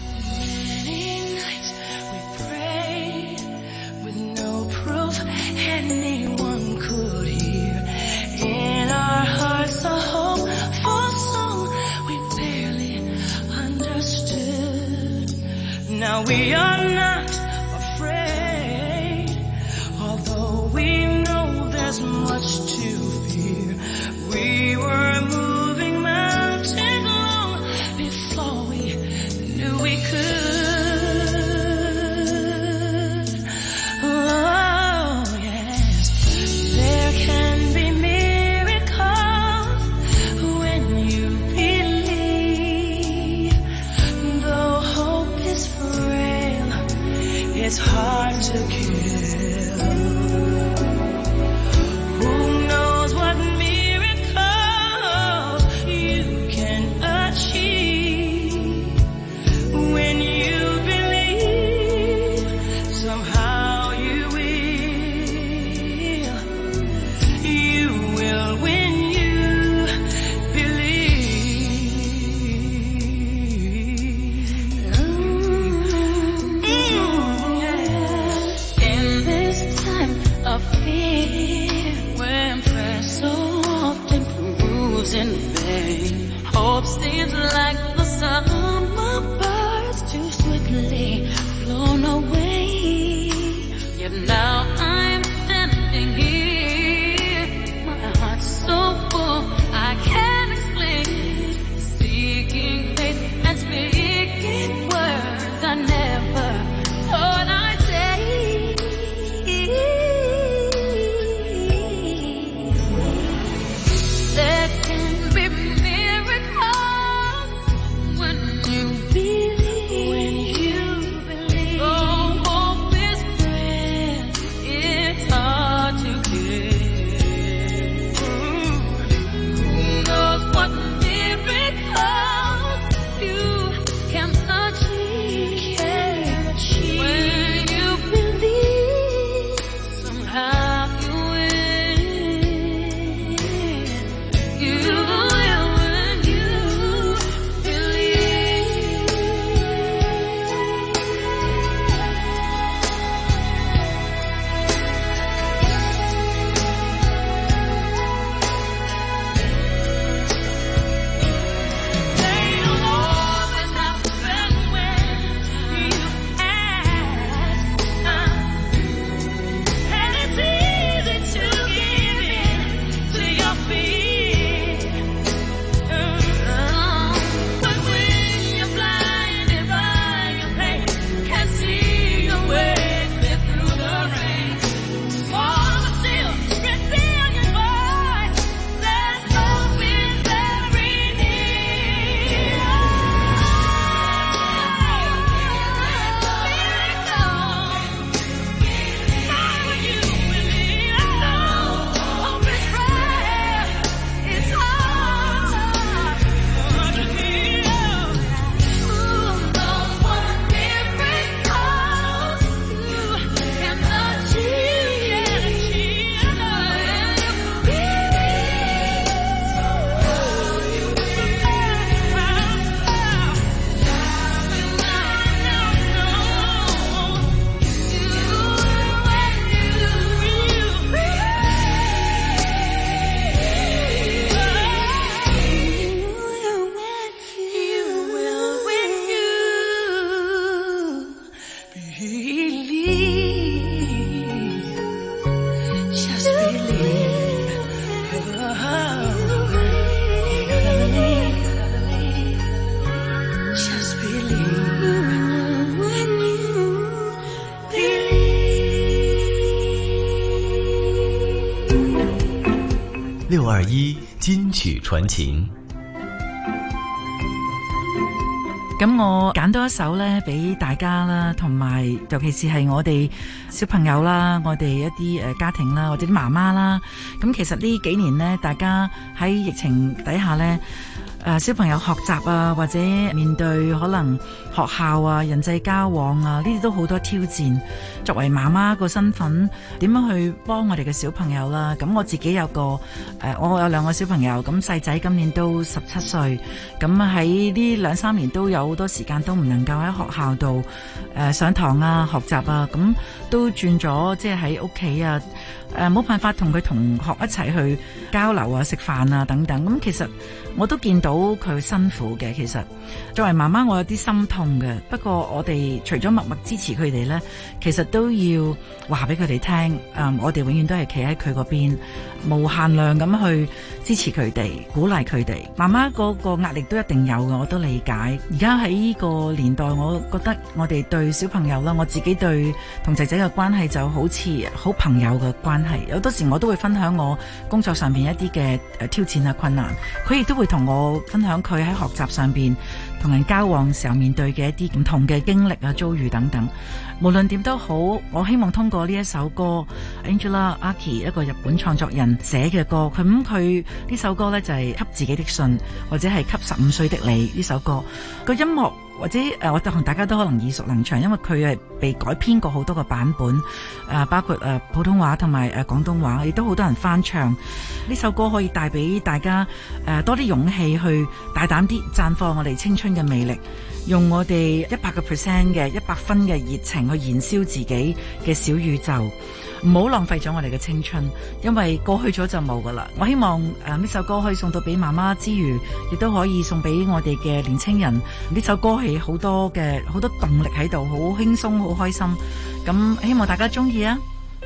Now we are not afraid, although we know there's much to fear. We were moving mountains long before we knew we could. Oh yes, there can be miracles when you believe. Though hope is frail, it's hard to kill. Who knows what miracles you can achieve when you believe? Somehow you will when you believe.
521金曲傳情。
咁我揀多一首呢俾大家啦，同埋尤其是係我哋小朋友啦，我哋一啲家庭啦，或者啲媽媽啦。咁其實呢幾年呢，大家喺疫情底下呢，小朋友學習啊，或者面對可能學校啊、人際交往啊，呢啲都好多挑戰。作為媽媽個身份，點樣去幫我哋嘅小朋友啦？咁我自己有個我有2個小朋友，咁細仔今年都17歲，咁喺呢2-3年都有好多時間都唔能夠喺學校度上堂啊、學習啊，咁都轉咗即係喺屋企啊，冇辦法同佢同學一齊去交流啊、食飯啊等等。咁其實我都見到佢辛苦嘅。其實作為媽媽，我有啲心痛嘅。不過我哋除咗默默支持佢哋呢，其實都要話俾佢哋聽，我哋永遠都係企喺佢嗰邊，無限量咁去支持佢哋、鼓勵佢哋。媽媽嗰個壓力都一定有嘅，我都理解。而家喺呢個年代，我覺得我哋對小朋友啦，我自己對同仔仔嘅關係就好似好朋友嘅關係。有多時我都會分享我工作上面一啲嘅挑戰啊、困難，佢亦都會同我分享佢喺學習上面同人交往時候面對嘅一啲唔同嘅經歷啊、遭遇等等。無論點都好，我希望通過呢一首歌 Angela Aki 一個日本創作人寫嘅歌，佢呢首歌呢就係給自己的信，或者係給15歲的你。呢首歌個音樂或者我同大家都可能耳熟能詳，因為佢係被改編過好多個版本，包括普通話同埋廣東話，亦都好多人翻唱。呢首歌可以帶俾大家多啲勇氣去大膽啲綻放我哋青春嘅魅力，用我哋100% 嘅100分嘅熱情去燃燒自己嘅小宇宙，唔好浪費咗我哋嘅青春，因為過去咗就冇噶啦。我希望呢首歌可以送到俾媽媽之餘，亦都可以送俾我哋嘅年青人。呢首歌係好多動力喺度，好輕鬆，好開心。咁希望大家中意啊！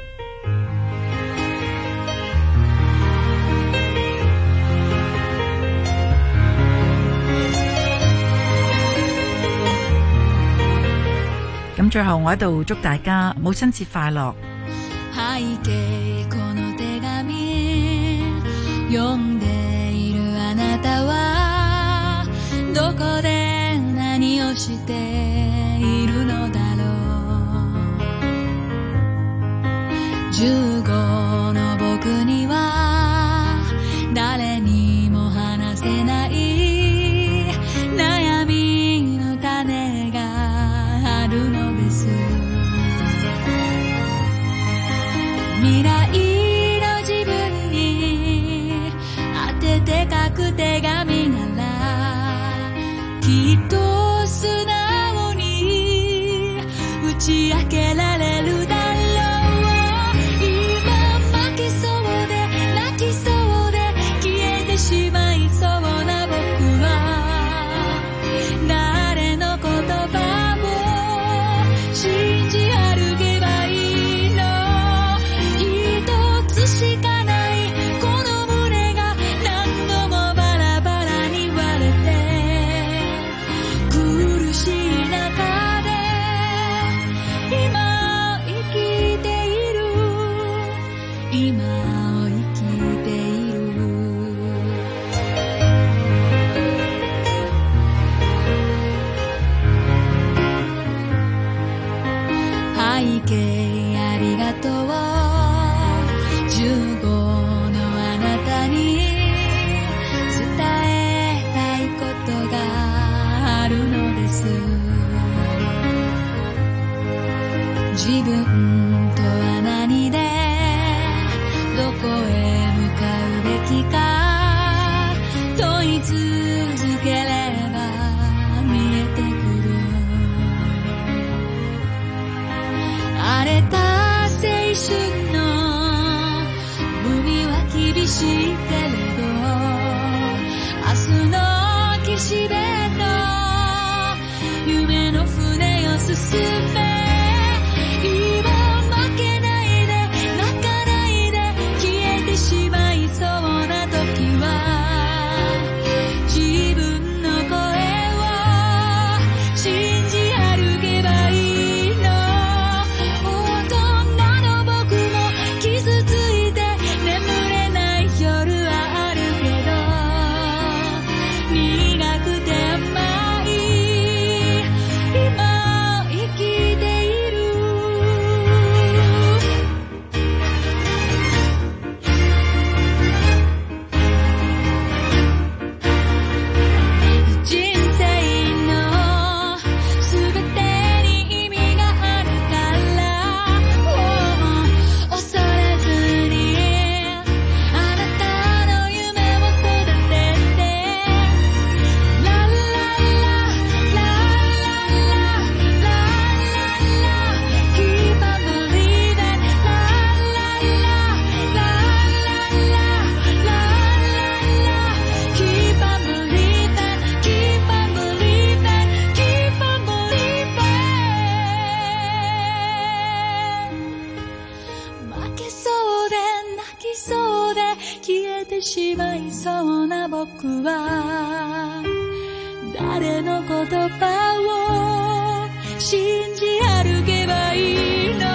咁最後我喺度祝大家母親節快樂。
背景この手紙読んでいるあなたはどこで何をしているのだろう。15の僕には誰にも話せない悩みの種があるのです。未来の自分に当てて書く手紙ならきっと素直に打ち明けられるだろう。今負けそうで泣きそうで消えてしまいそうな僕は誰の言葉も信じ歩けばいいの。しかないこの胸が何度もバラバラに割れて苦しい中で今生きている今を生きている。背景ありがとう15のあなたに伝えたいことがあるのです。自分とは何でどこへ向かうべきか問い続ければ見えてくる。荒れた青春の海は厳しいけれど明日の岸辺の夢の船を進め今負けないで泣かないで消えてしまいそうな時は自分の声を信じ歩けばいいの。大人の僕も傷ついて眠れない夜はてしまいそうな僕は誰の言葉を信じ歩けばいいの。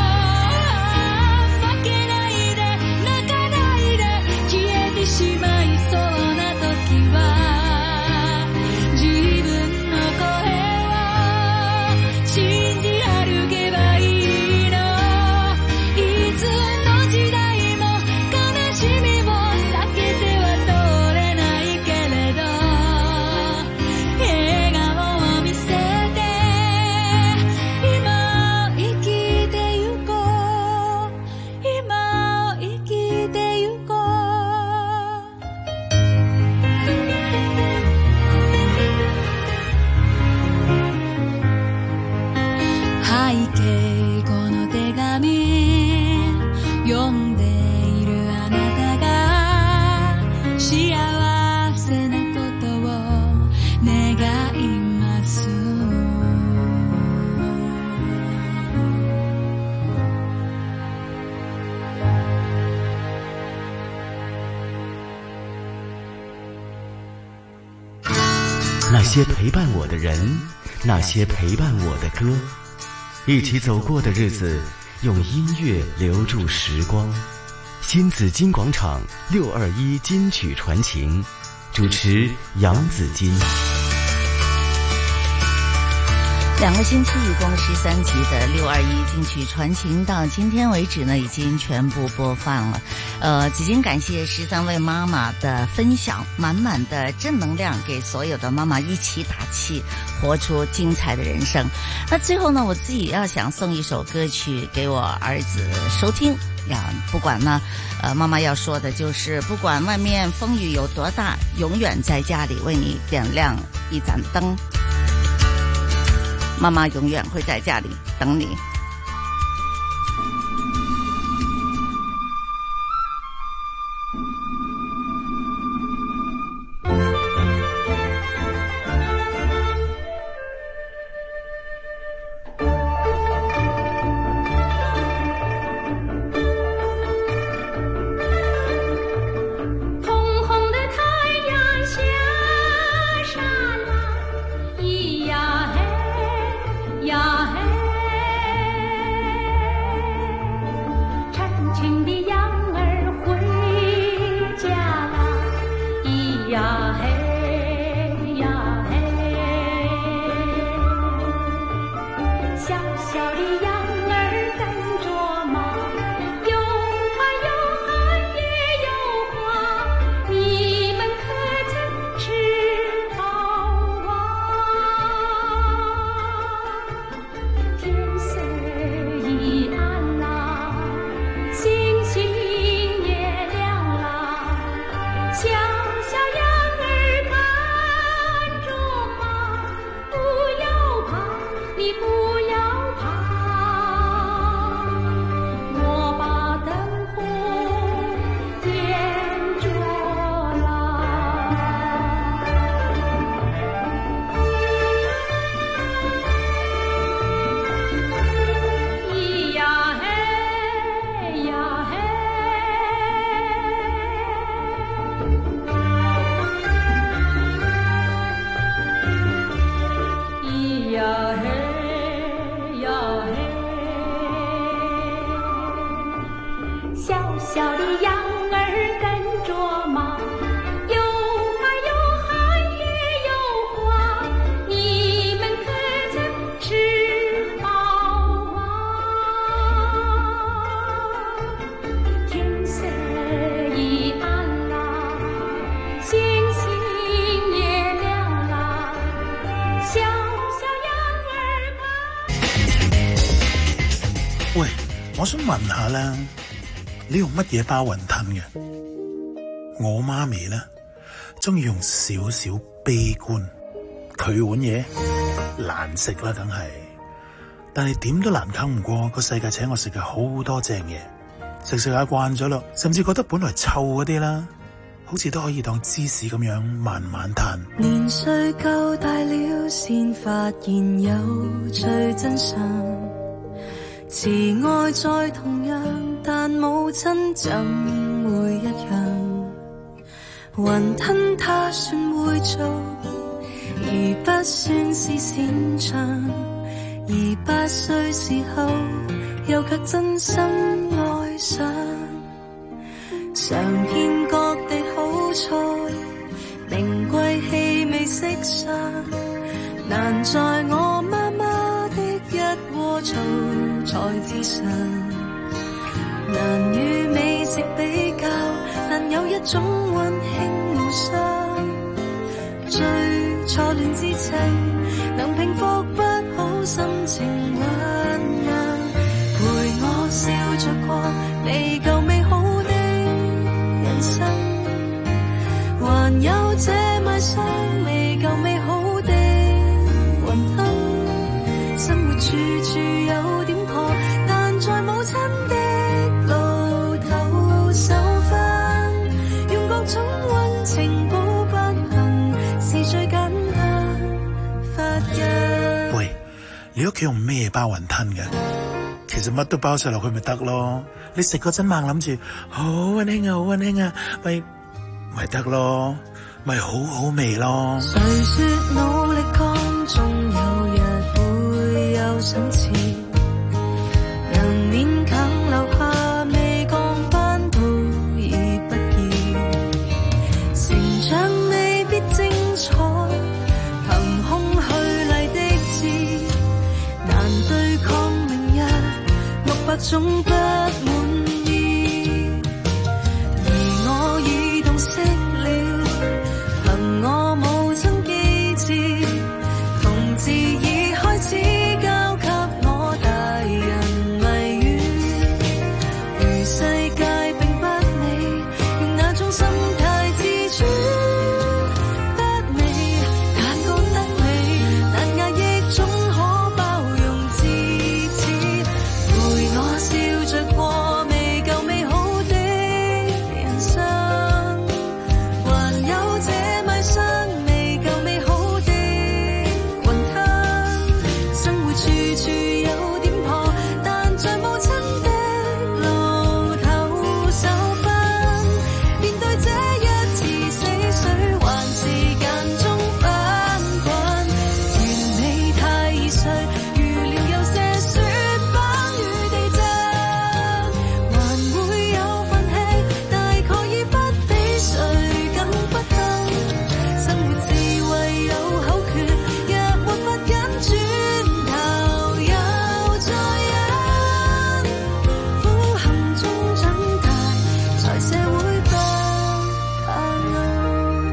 負けないで泣かないで消えてしまいそうな時は自分の声を信じ歩けばいいの。いつの時代も悲しみを避けては通れないけれど笑顔を見せて今を生きてゆこう。今を生きてゆこう。背景この手紙読んでいるあなたが幸せなことを願います。
那些陪伴我的人，那些陪伴我的歌，一起走过的日子，用音乐留住时光。新紫金广场621金曲传情，主持杨紫金。
2个星期一共13集的621金曲传情，到今天为止呢，已经全部播放了。紫金感谢13位妈妈的分享，满满的正能量，给所有的妈妈一起打气，活出精彩的人生。那最后呢，我自己要想送一首歌曲给我儿子收听。不管呢，妈妈要说的就是，不管外面风雨有多大，永远在家里为你点亮一盏灯。妈妈永远会在家里等你。
我想問下啦，你用乜嘢包雲吞嘅？我媽咪呢，中意用少少悲觀，佢碗嘢難食啦，梗係，但係點都難啃唔過個世界請我食嘅好多正嘢，食下慣咗咯，甚至覺得本來臭嗰啲啦，好似都可以當芝士咁樣慢慢嘆。
年歲夠大了，先發現有趣真相。慈愛再同樣，但母親怎會一樣？ 雲吞他算會做，而不算是擅長。而8歲時候，又卻真心愛上，嘗遍各地好菜，名貴氣味色相，難在我媽媽的一鍋醋才自嘗。難與美食比較，但有一種溫馨無雙。最初戀之情，能平復不好心情醞釀，陪我笑着過未夠美好的人生，還有這賣相未夠美好的雲吞。生活處處有點破，但在母親的路頭受分，用各種溫情補不幸，是最簡單法人。
喂，你屋企用咩包雲吞嘅？其實乜都包晒落去咪得咯。你食嗰陣猛諗住好溫馨啊，好溫馨啊，咪得咯，咪好好味咯。
誰說努力抗，終有日會有賞賜，能勉強留下未降班都已不易。成長未必精彩，憑空虛麗的字，難對抗明日600種不滿意。而我已洞悉了，憑我母親機智，同志已開始交給我大人迷語。如世界並不美，用那種心態自主不美，但覺得美，難壓抑總可包容自此。陪我笑着過未夠美好的人生，還有這賣相未夠美好的雲吞。生活處處有點破，但在母親的路頭受分。面對這一次死水，還是間中翻滾。完美太易碎，預料有些雪崩與地震，還會有飯吃，大概已不比誰更不幸。生活智慧有口訣，若沒法緊轉頭又再忍，苦行中長大，在社會不怕暗。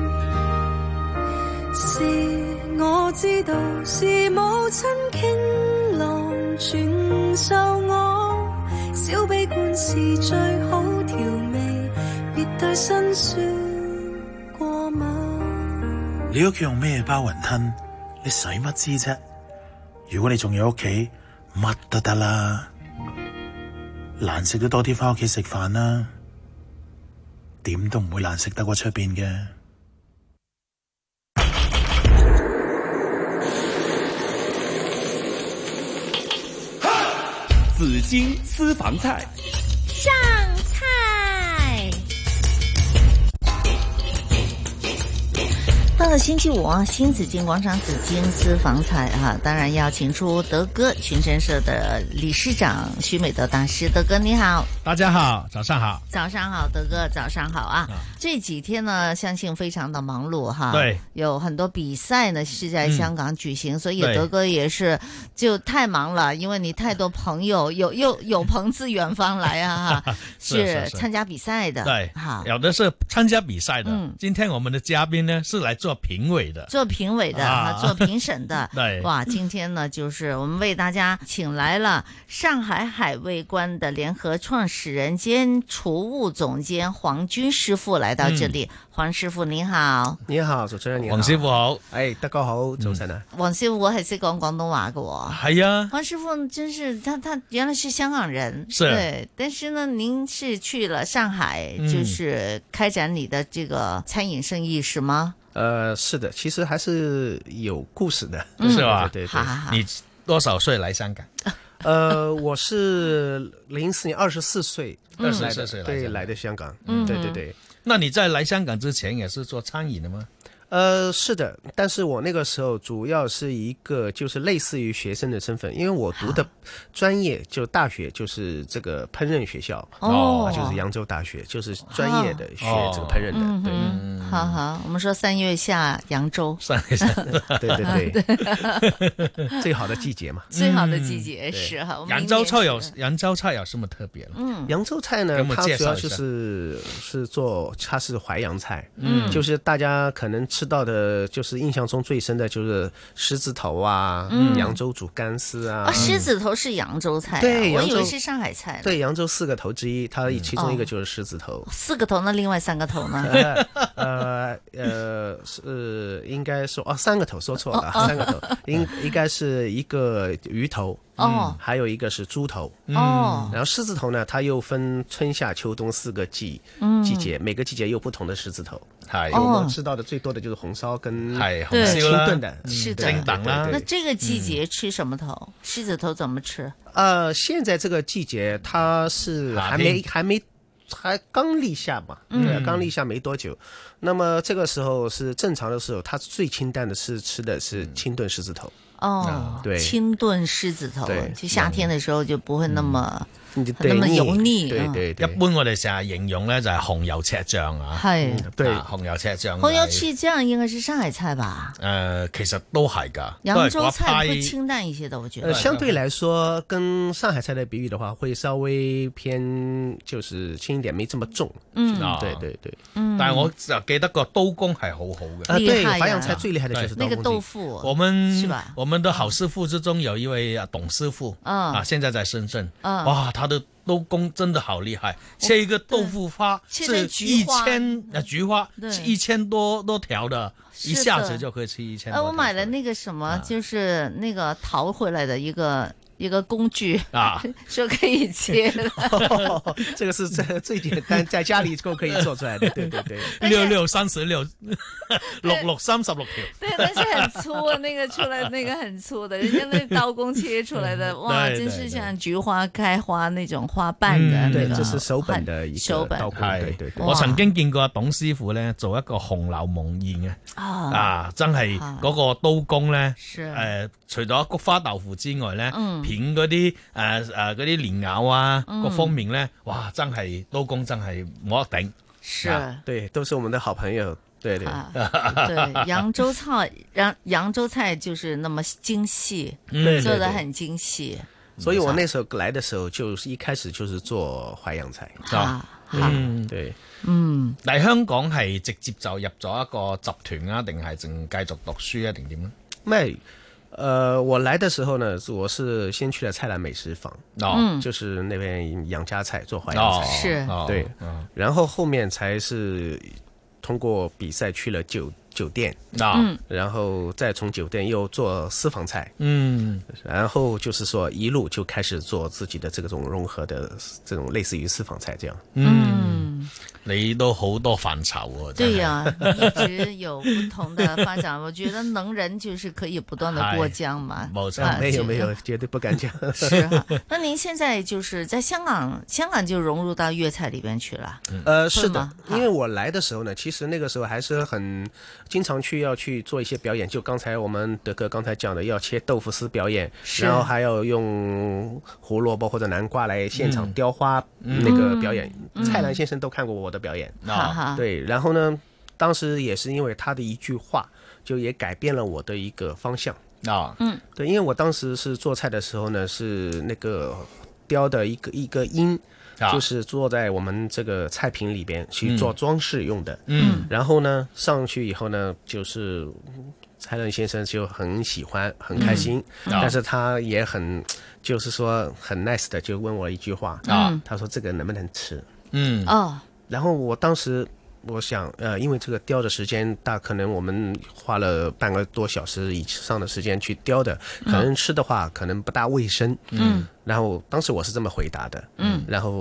是我知道，是母親傾囊傳授我，小悲觀是最好調味，別對辛酸過敏。
你屋企用咩包雲吞？你使乜知啫？如果你仲有屋企，乜都得啦。難食都多啲返屋企食飯啦，點都唔會難食得過出邊嘅。
紫金私房菜。
上菜。到了星期五啊，新紫金广场紫金私房菜啊，当然要请出德哥群生社的理事长徐美德大师。德哥你好。
大家好，早上好。
早上好，德哥早上好啊。这几天呢，相信非常的忙碌哈。
对，
有很多比赛呢是在香港举行，所以德哥也是就太忙了，因为你太多朋友有朋自远方来啊哈，是参加比赛的。
对，
好，
有的是参加比赛的。今天我们的嘉宾呢是来做评委的，
做评委的做评审的。
对，
哇，今天呢就是我们为大家请来了上海海味观的联合创始人兼厨务总监黄军师傅来到这里。黃師傅你好。
你好，主持人你好。
黃師傅好。
德哥好，早晨啊。
黃師傅我係識講廣東話嘅喎。
係啊。
黃師傅真是他原來是香港人。
是。
對，但是呢您是去了上海，就是開展你的這個餐飲生意是嗎？
是的，其實還是有故事的。
是吧？
對。
你多少歲來香港？
我是04年24歲。
24歲
對，來的香港。
嗯，
對。
那你在来香港之前也是做餐饮的吗？
是的，但是我那个时候主要是一个就是类似于学生的身份，因为我读的专业就大学就是这个烹饪学校，就是扬州大学，就是专业的学这个烹饪的。对，
好好，我们说3月下扬州
，3月下，
对，最好的季节嘛，
最好的季节是哈。
扬州菜有什么特别了？
扬州菜呢，它主要就是它是淮扬菜，就是大家可能吃到的就是印象中最深的就是狮子头啊，扬州煮干丝啊。
狮子头是扬州菜，
对，
我以为是上海菜。
对，扬州4个头之一，它其中一个就是狮子头。
4个头，那另外3个头呢？
是应该说3个头，说错了，3个头，应该是一个鱼头。还有一个是猪头。然后狮子头呢，它又分春夏秋冬4个季节，每个季节又不同的狮子头。我们吃到的最多的就是红烧跟清炖的，
是的，那这个季节吃什么头？狮子头怎么吃？
现在这个季节它是还刚立夏嘛，刚立夏没多久。那么这个时候是正常的时候，它最清淡的是吃的是清炖狮子头。对，
清炖狮子头，就夏天的时候就不会那么油腻。
对，
一般我哋成日形容咧就係紅油赤醬啊。
係，
對，
紅油赤醬。
紅油赤醬應該是上海菜吧？
其實都係㗎。
揚州菜會清淡一些的，我覺得。
相對來說，跟上海菜的比喻的話，會稍微偏就是輕一點，沒這麼重。對。
但係我就記得個刀工係好好嘅。
對，淮揚菜最厲害的就是刀工。
那個豆腐，
我們的好師傅之中有一位董師傅現在在深圳。哇，他的刀工真的好厲害，切一個豆腐花是菊花是1000多條的，一下子就可以吃1000多。
我買了那個什麼，就是那個淘回來的一個工具說可以切的。
這個是最簡單，在家裏就可以做出來的。對
6636 6636條。
對，但是很粗，那個出來那個很粗的，人家那刀工切出來的，哇，真是像菊花開花那種花瓣的。
對，這是手本的一個刀工。對。
我曾經見過董師傅咧做一個紅樓夢宴嘅，真係嗰個刀工咧，除咗菊花豆腐之外咧，片嗰啲嗰啲蓮藕啊，各方面咧，哇，真係刀工真係冇得頂。
是，
對，都是我們的好朋友。對，
揚州菜就是那麼精細，做得很精細。
所以我那時候來的時候，就是一開始就是做淮揚菜。對。
嚟香港係直接就入咗一個集團啊，定係淨繼續讀書啊，定點咧？
沒。我來的時候呢，我是先去了菜蘭美食坊，就是那邊楊家菜做淮揚菜，對，然後後面才是通過比賽去了酒店，然後再從酒店又做私房菜，然後就是說一路就開始做自己的這種融合的這種類似於私房菜這樣。
你都好多範疇喎。
對呀，一直有不同的發展。我覺得能人就是可以不斷的過江嘛。
沒有，絕對不敢講。
是哈，那您現在就是在香港就融入到粵菜裏邊去了？
是的，因為我來的時候呢，其實那個時候還是很經常要去做一些表演。就剛才我們德哥剛才講的，要切豆腐絲表演，然後還要用胡蘿蔔或者南瓜來現場雕花那個表演。蔡瀾先生都看過我的表演，對，然後呢，當時也是因為他的一句話，就也改變了我的一個方向。對，因為我當時是做菜的時候呢，是那個雕的一個鷹，就是做在我們這個菜品裏邊去做裝飾用的。然後呢，上去以後呢，就是蔡瀾先生就很喜歡，很開心，但是他也很，就是說很 nice 的，就問我一句話，他說這個能不能吃？然後我當時我想，因為這個雕的時間大，可能我們花了半個多小時以上的時間去雕的，可能吃的話可能不大衛生。然後當時我是這麼回答的。然後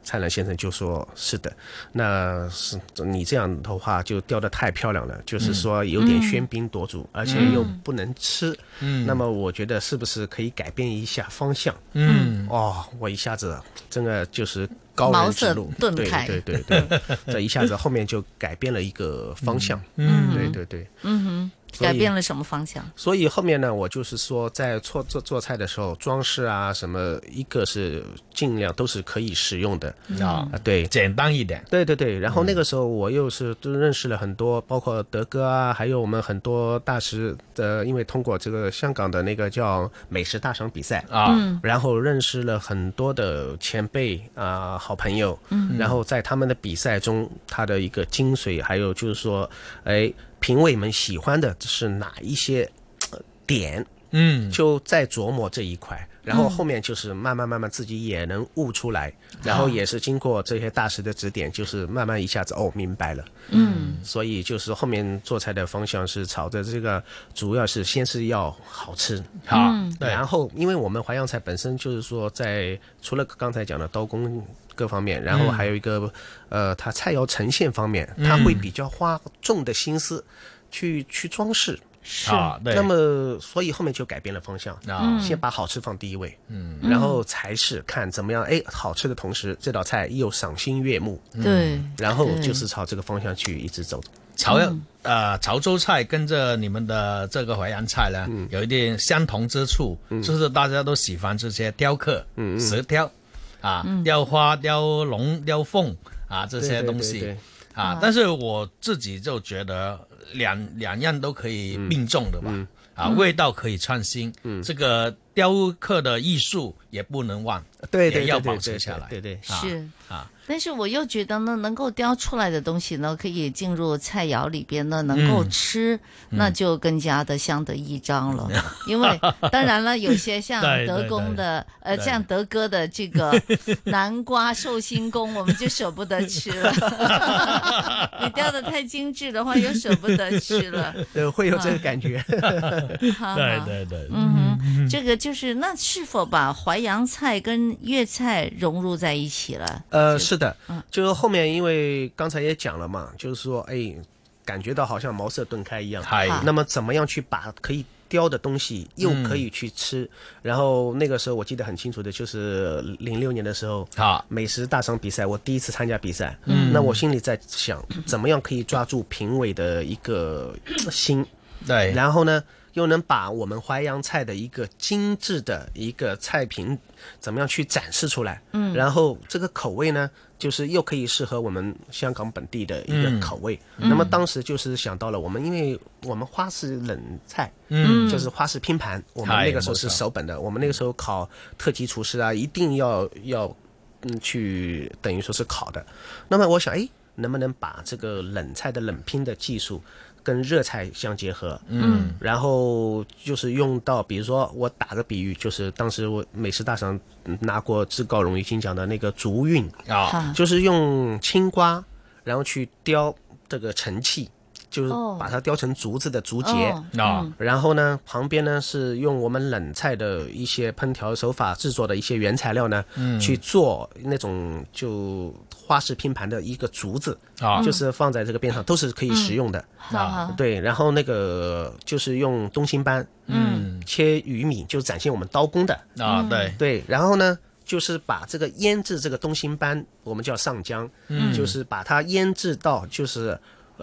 蔡澜先生就说是的，那是你这样的话就雕得太漂亮了，就是说有点喧宾夺主，而且又不能吃。那么我觉得是不是可以改变一下方向？我一下子真的就是高人指路，
顿开，
对，这一下子后面就改变了一个方向。对，
改变了什么方向？
所以后面呢，我就是说，在做菜的时候，装饰啊什么，一个是尽量都是可以使用的对，
简单一点。
对。然后那个时候我又是都认识了很多，包括德哥啊，还有我们很多大师的，因为通过这个香港的那个叫美食大赏比赛然后认识了很多的前辈好朋友，然后在他们的比赛中，他的一个精髓，还有就是说，评委们喜欢的是哪一些点，就在琢磨这一块，然后后面就是慢慢自己也能悟出来，然后也是经过这些大师的指点，就是慢慢一下子明白了。所以就是后面做菜的方向是朝着这个，主要是先是要好吃，然后因为我们淮扬菜本身就是说在除了刚才讲的刀工各方面，然后还有一个它菜肴呈现方面，它会比较花重的心思去装饰。
对。
那么所以后面就改变了方向，先把好吃放第一位，然后才是看怎么样，好吃的同时这道菜又赏心悦目，
对，
然后就是朝这个方向去一直走。
潮州菜跟着你们的这个淮扬菜呢，有一点相同之处，就是大家都喜欢这些雕刻，石雕雕花、雕龙、雕凤这些东西。但是我自己就觉得两样都可以并重的吧，味道可以创新，这个雕刻的艺术也不能忘，也要保持下来。
对，
是但是我又觉得呢，能够雕出来的东西呢，可以进入菜肴里边呢，能够吃，那就更加的相得益彰了。因为当然了，有些像德公的，像德哥的这个南瓜寿星公，我们就舍不得吃了。你雕的太精致的话，又舍不得吃了。
对，会有这个感觉。
对。
这个就是那是否把淮扬菜跟粤菜融入在一起了？
是的，就是后面因为刚才也讲了嘛，就是说，感觉到好像茅塞顿开一样。那么怎么样去把可以雕的东西又可以去吃？然后那个时候我记得很清楚的，就是06年的时候，美食大赏比赛，我第一次参加比赛。那我心里在想，怎么样可以抓住评委的一个心？
对，
然后呢，又能把我们淮扬菜的一个精致的一个菜品怎么样去展示出来，然后这个口味呢，就是又可以适合我们香港本地的一个口味。那么当时就是想到了我们，因为我们花式冷菜，就是花式拼盘，我们那个时候是手本的，我们那个时候考特级厨师啊，一定要去等于说是考的。那么我想，能不能把这个冷菜的冷拼的技术跟热菜相结合，然后就是用到，比如说我打个比喻，就是当时我美食大赏拿过至高荣誉金奖的那个竹韵就是用青瓜，然后去雕这个盛器，就是把它雕成竹子的竹节然后呢，旁边呢是用我们冷菜的一些烹调手法制作的一些原材料呢，去做那种就花式拼盘的一个竹子就是放在这个边上，都是可以食用的对，然后那个就是用东星斑切鱼米，就展现我们刀工的对，然后呢就是把这个腌制这个东星斑，我们叫上浆就是把它腌制到就是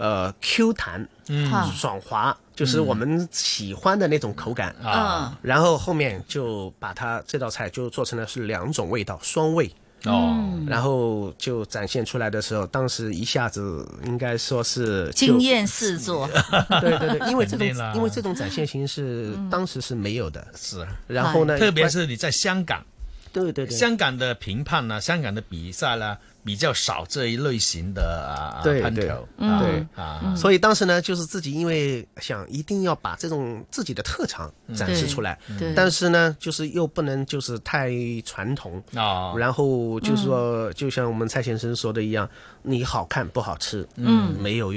Q 弹爽滑，就是我们喜欢的那种口感然后后面就把它这道菜就做成了是2种味道，双味然后就展现出来的时候，当时一下子应该说是
惊艳四座
对，因为这种展现形式当时是没有的
是，
然后呢，
特别是你在香港，
对，
香港的评判呢，香港的比赛呢，比较少这一类型的烹调
所以当时呢，就是自己因为想一定要把这种自己的特长展示出来，但是呢，就是又不能就是太传统然后就是说，就像我们蔡先生说的一样，你好看不好吃没有用的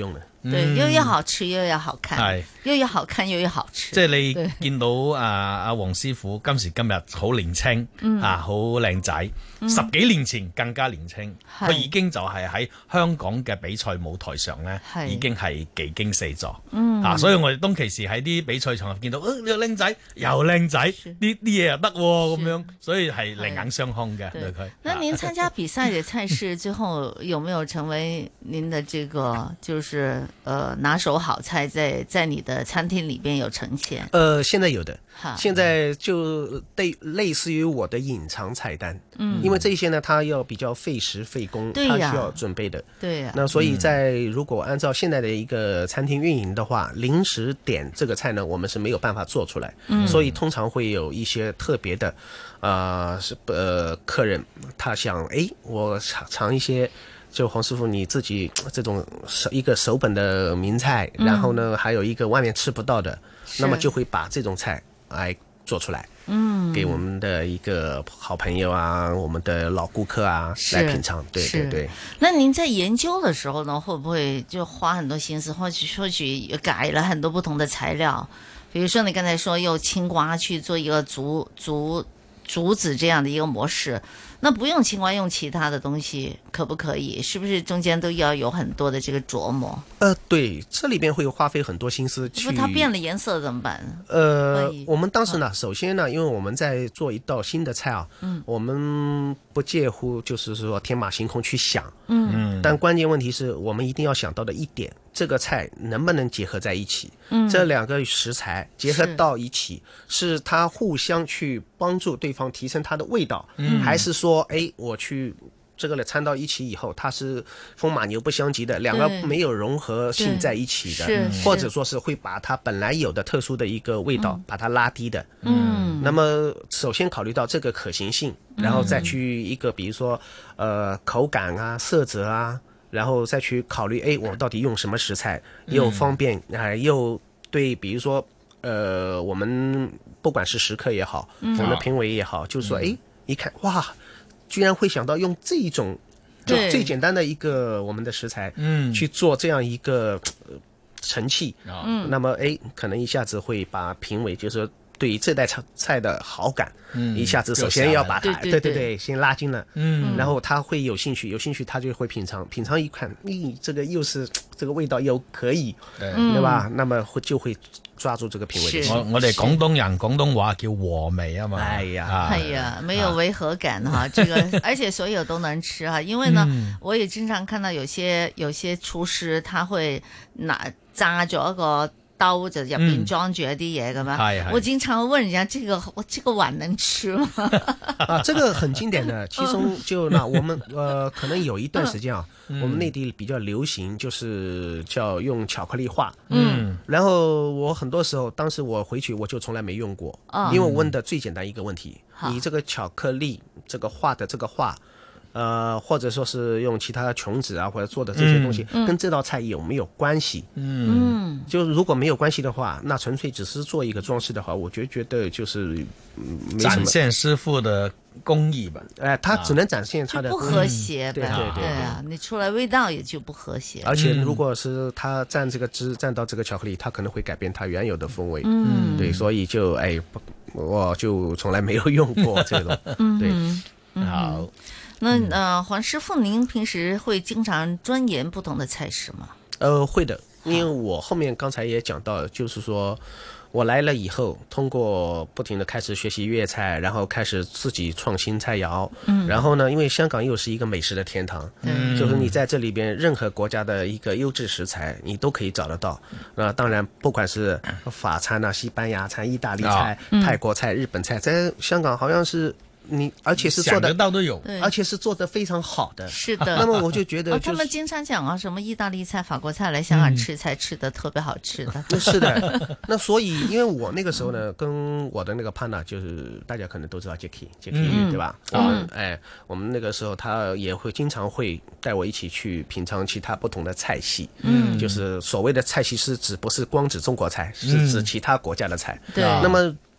對，又要好吃又要好看，又要好看又要好吃。
即係你見到阿黃師傅今時今日好年青，好靚仔，10幾年前更加年青，佢已經就係喺香港嘅比賽舞台上咧，已經係技驚四座。所以我哋當其時喺啲比賽場合見到，呢個靚仔又靚仔，啲嘢又得咁樣，所以係另眼相看嘅對佢。
那您參加比賽嘅賽事最後有沒有成為您的這個就是拿手好菜在你的餐廳裏邊有呈現？
現在有的，現在就類似於我的隱藏菜單。因為這些呢，它要比較費時費工，它需要準備的。對呀。那所以如果按照現在的一個餐廳運營的話，臨時點這個菜呢，我們是沒有辦法做出來。所以通常會有一些特別的，客人他想，我嘗一些。就黃師傅你自己這種一個手本的名菜，然後呢還有一個外面吃不到的，那麼就會把這種菜來做出來，給我們的一個好朋友啊，我們的老顧客啊來品嘗。對對對。
那您在研究的時候呢，會不會就花很多心思，或許改了很多不同的材料？比如說你剛才說用青瓜去做一個竹子這樣的一個模式。那不用青瓜，用其他的東西可不可以？是不是中間都要有很多的這個琢磨？
對，這裡邊會花費很多心思去。
它變了顏色怎麼辦？
我們當時呢，首先呢，因為我們在做一道新的菜啊，我們不介乎就是說天馬行空去想，但關鍵問題是我們一定要想到的一點，這個菜能不能結合在一起？這兩個食材結合到一起，是它互相去幫助對方提升它的味道，還是說，我去這個摻到一起以後，它是風馬牛不相及的，兩個沒有融合性在一起的，或者說是會把它本來有的特殊的一個味道把它拉低的。那麼首先考慮到這個可行性，然後再去一個比如說口感啊、色澤啊，然後再去考慮我到底用什麼食材又方便又對，比如說我們不管是食客也好，我們的評委也好，就是說一看哇，居然會想到用這種就最簡單的一個我們的食材去做這樣一個盛器，那麼可能一下子會把評委就是對於這道菜的好感一下子首先要把它對先拉近了，然後他會有興趣他就會品嘗一看，這個又是這個味道又可以，對吧？那麼就會抓住這個品味的心。
我哋廣東人廣東話叫和味啊嘛。係
啊，沒有違和感哈，這個而且所有都能吃哈，因為呢，我也經常看到有些廚師他會炸咗一個兜就入邊裝住一啲嘢咁樣，我經常問人家這個碗能吃嗎？
這個很經典的，其中就我們可能有一段時間啊，我們內地比較流行就是叫用巧克力畫，然後我很多時候當時我回去我就從來沒用過，因為我問的最簡單一個問題，你這個巧克力這個畫的這個畫，或者說是用其他瓊子啊或者做的這些東西，跟這道菜有沒有關係？就如果沒有關係的話，那純粹只是做一個裝飾的話，我覺得就是
展現師傅的工藝吧。
他只能展現他的
不和諧，
對啊，
你出來味道也就不和諧。
而且如果是他蘸這個汁蘸到這個巧克力，他可能會改變他原有的風味。對，所以就我就從來沒有用過這種。對，好。
那黃師傅，您平時會經常鑽研不同的菜式嗎？
會的，因為我後面剛才也講到，就是說我來了以後，通過不停地開始學習粵菜，然後開始自己創新菜肴。然後呢，因為香港又是一個美食的天堂，就是你在這裡邊任何國家的一個優質食材，你都可以找得到。當然，不管是法餐啊、西班牙餐、意大利菜、泰國菜、日本菜，在香港好像是。而且是做的
想得到都有，
而且是做得非常好的。
是的，
那麼我就覺得，
他們經常講啊，什麼意大利菜、法國菜來香港吃才吃得特別好吃的。
是的，那所以因為我那個時候呢，跟我的那個 partner 就是大家可能都知道 Jackie，對吧？我們那個時候他也會經常會帶我一起去品嘗其他不同的菜系。就是所謂的菜系是指不是光指中國菜，是指其他國家的菜。
對，
那麼。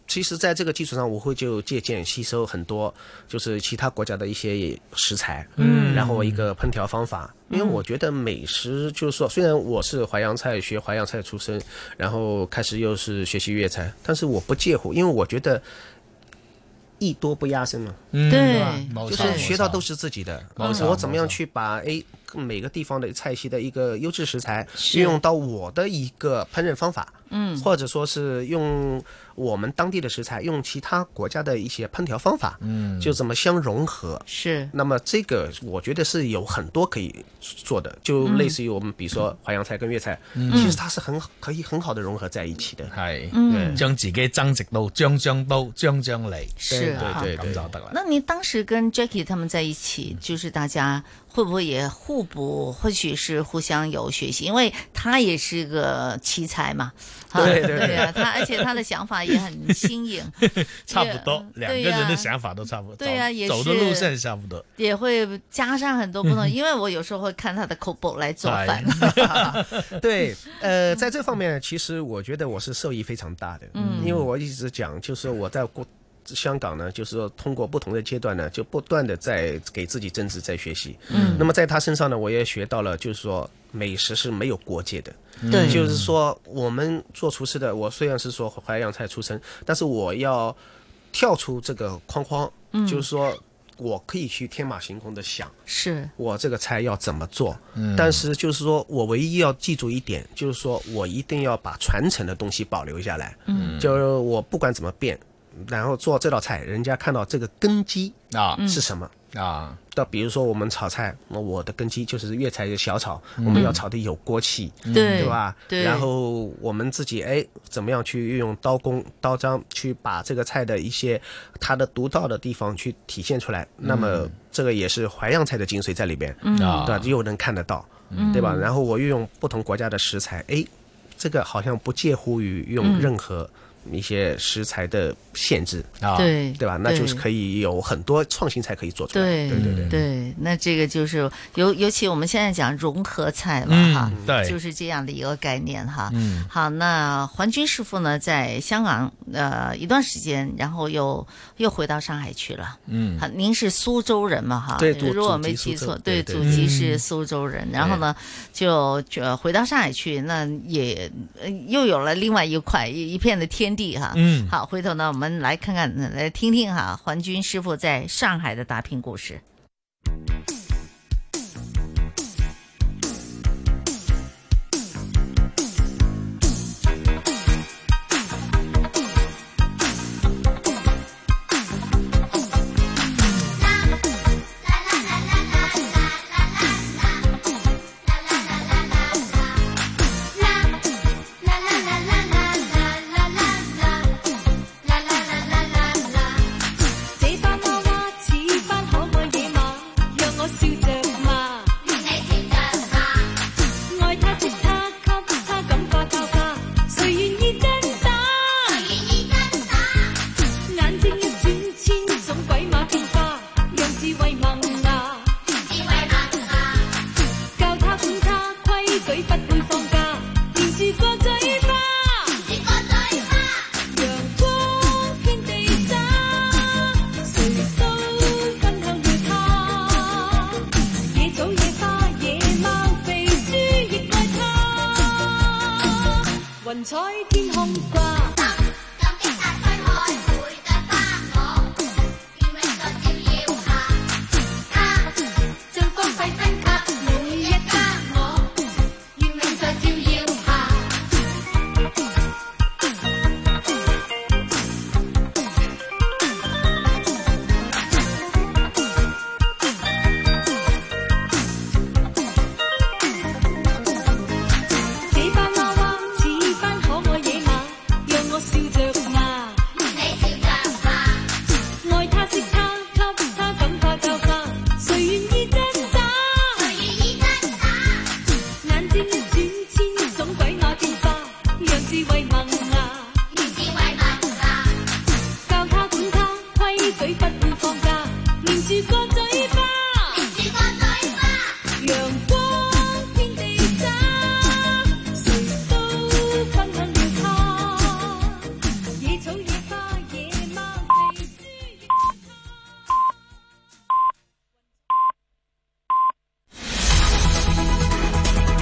其实在这个基础上，我会就借鉴吸收很多就是其他国家的一些食材，然后一个烹调方法。因为我觉得美食就是说，虽然我是淮扬菜学淮扬菜出身，然后开始又是学习粤菜，但是我不介乎，因为我觉得艺多不压身了，
对
吧？就是学到都是自己的，我怎么样去把每个地方的菜系的一个优质食材运用到我的一个烹饪方法，或者说是用我们当地的食材，用其他国家的一些烹调方法，就怎么相融合。
是。
那么这个我觉得是有很多可以做的，就类似于我们比如说淮扬菜跟粤菜，其实它是可以很好的融合在一起的。
係，將自己增值到將到將嚟，
是，
對，
咁就得啦。
那您當時跟 Jackie 他們在一起，就是大家會不會也互補，或許是互相有學習？因為他也是個奇才嘛，對啊，而且他的想法也很新穎，
差不多，兩個人的想法都差不多，對啊，
也
走的路線差不多，
也會加上很多不同。因為我有時候會看他的 cookbook 來做飯。
對，在這方面其實我覺得我是受益非常大的，因為我一直講，就是我在香港呢，就是說通過不同的階段呢，就不斷的在給自己增值，在學習。那麼在他身上呢，我也學到了，就是說美食是沒有國界的。對，就是說我們做廚師的，我雖然是說淮揚菜出身，但是我要跳出這個框框，就是說我可以去天馬行空的想，
是
我這個菜要怎麼做。但是就是說我唯一要記住一點，就是說我一定要把傳承的東西保留下來。就是我不管怎麼變，然後做這道菜，人家看到這個根基是什麼到比如說我們炒菜，我的根基就是粵菜的小炒，我們要炒得有鍋氣，對吧？對。然後我們自己怎麼樣去運用刀工刀章去把這個菜的一些它的獨到的地方去體現出來，那麼這個也是淮揚菜的精髓在裏邊，對吧？又能看得到，對吧？然後我運用不同國家的食材，這個好像不介乎於用任何一些食材的限制對吧？那就是可以有很多創新菜可以做出來。
對，那這個就是尤其我們現在講融合菜嘛，哈，就是這樣的一個概念哈。好，那環君師傅呢，在香港一段時間，然後又回到上海去了。好，您是蘇州人嘛？哈，
對，
如果我沒記錯，對，祖籍是蘇州人。然後呢，就回到上海去，那也又有了另外一片的天地哈。好，回頭呢，我們來看看，來聽聽哈，環君師傅在上海的打拼故事。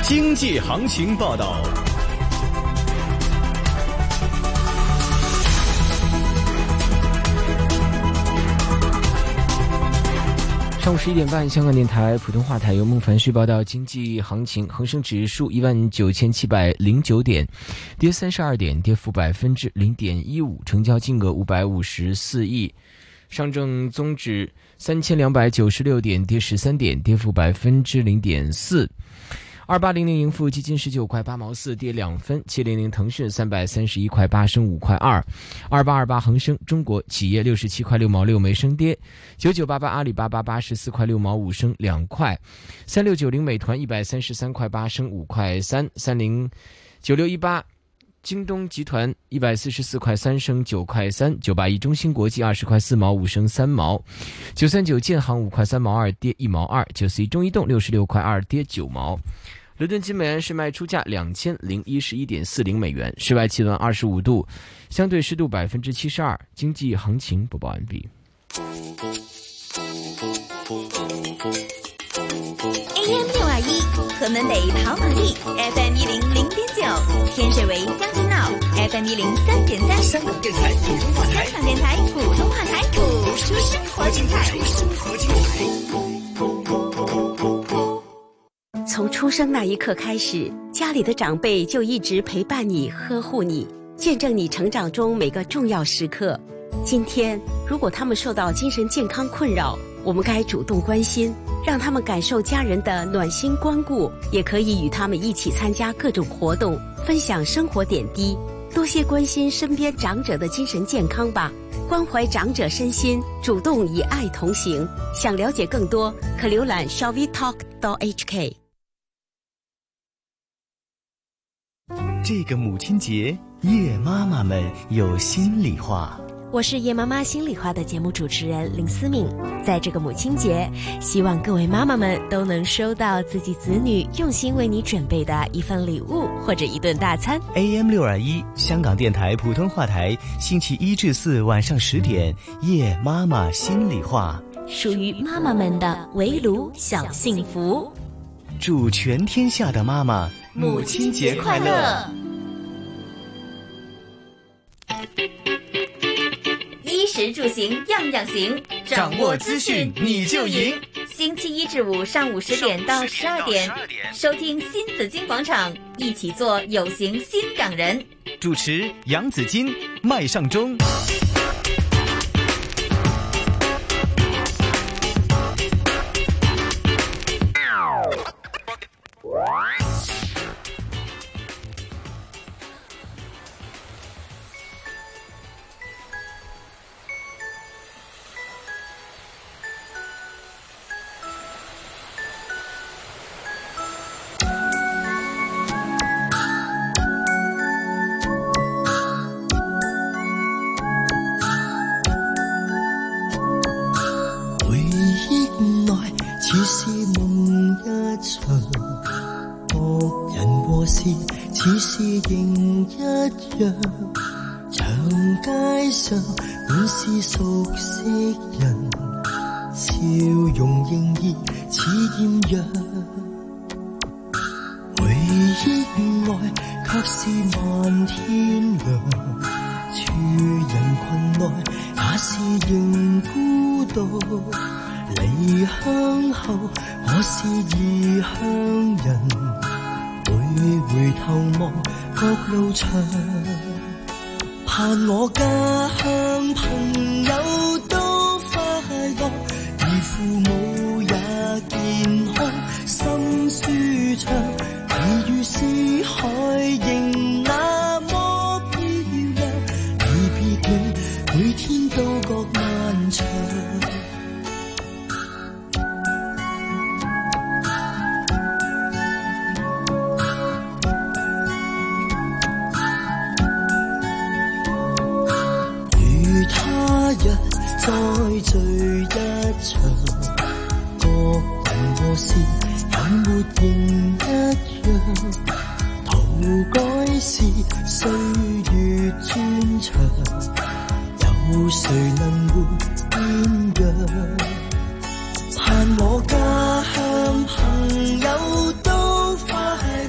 经济行情报道。
上午11点半，香港电台普通话台由孟凡旭报道经济行情。恒生指数19709点，跌32点，跌幅0.15%，成交金额554亿。上证综指3296点，跌13点，跌幅0.4%。2800盈富基金19块8毛4，跌2分。700腾讯331块8升5块2。2828恒生中国企业67块6毛6没升跌。9988阿里巴巴84块6毛5升2块。3690美团133块8升5块3。9618京东集团144块3升9块3。981中芯国际20块4毛5升3毛。939建行5块3毛2跌1毛2。91中移动66块2跌9毛。伦敦金每安士卖出价2011.40美元，室外气温25度，相对湿度72%。经济行情播报完毕。
AM621河门北跑马地 FM100.9，天水围将军澳 FM103.3，
香港电台普通话台，
香港电台普通话台，谱出生活精彩，从出生那一刻开始，家里的长辈就一直陪伴你、呵护你，见证你成长中每个重要时刻。今天，如果他们受到精神健康困扰，我们该主动关心，让他们感受家人的暖心关顾，也可以与他们一起参加各种活动，分享生活点滴，多些关心身边长者的精神健康吧。关怀长者身心，主动以爱同行。想了解更多，可浏览 shallwetalk.hk。
这个母亲节，叶妈妈们有心里话。
我是叶妈妈心里话的节目主持人林思敏。在这个母亲节，希望各位妈妈们都能收到自己子女用心为你准备的一份礼物或者一顿大餐。
AM621香港电台普通话台，星期1至4晚上10点，叶妈妈心里话，
属于妈妈们的围炉小幸福。
祝全天下的妈妈母亲节快乐！
衣食住行样样行，
掌握资讯你就赢。
星期1至5上午10点到12点，收听新紫金广场，一起做有型新港人。
主持杨紫金、麦尚中。
似是仍一樣，長街上滿是熟悉人，笑容仍然似豔陽。回憶內卻是漫天亮，處人群內也是仍孤獨。離鄉後我是異鄉人，回頭望各路長，盼我家鄉朋友都快樂，而父母也健康心舒暢。你與思海仍那麼漂亮，離別你每天都覺漫長。再聚一場，各人和事有沒仍一樣？塗改是歲月轉長，有誰能會變樣？盼我家鄉朋友都快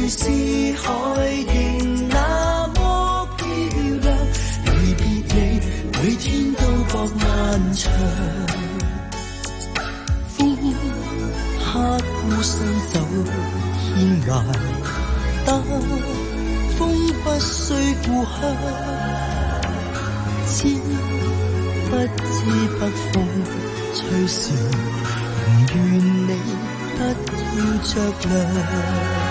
如是海仍那麼漂亮，離別你每天都覺漫長。風刻孤身走天涯，但風不需顧鄉，知不知北風吹時，唔願你不要着涼。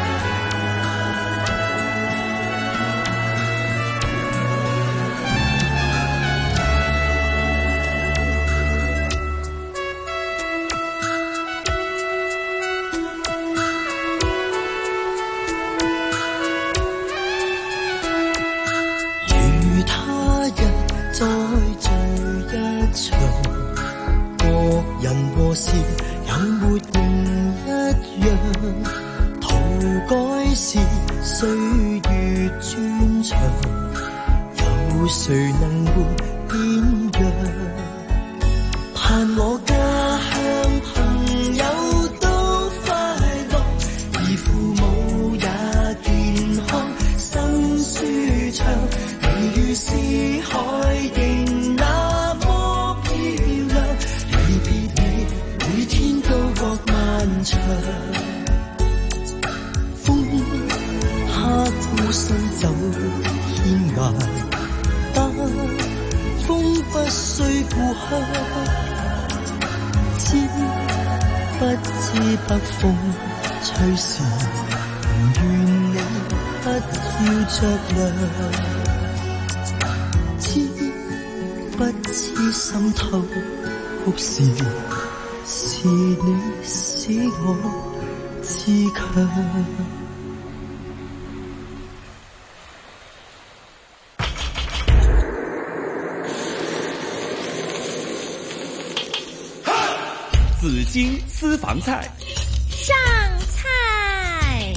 誰能活變樣？盼我家鄉朋友都快樂，而父母也健康心舒暢。你如是海仍那麼漂亮，離別你每天都覺漫長。風刻孤身走天涯，風不需顧鄉，知不知北風吹時，唔願你不要着涼，知不知心頭哭時，是你使我自強。
紫荆私房菜
上菜。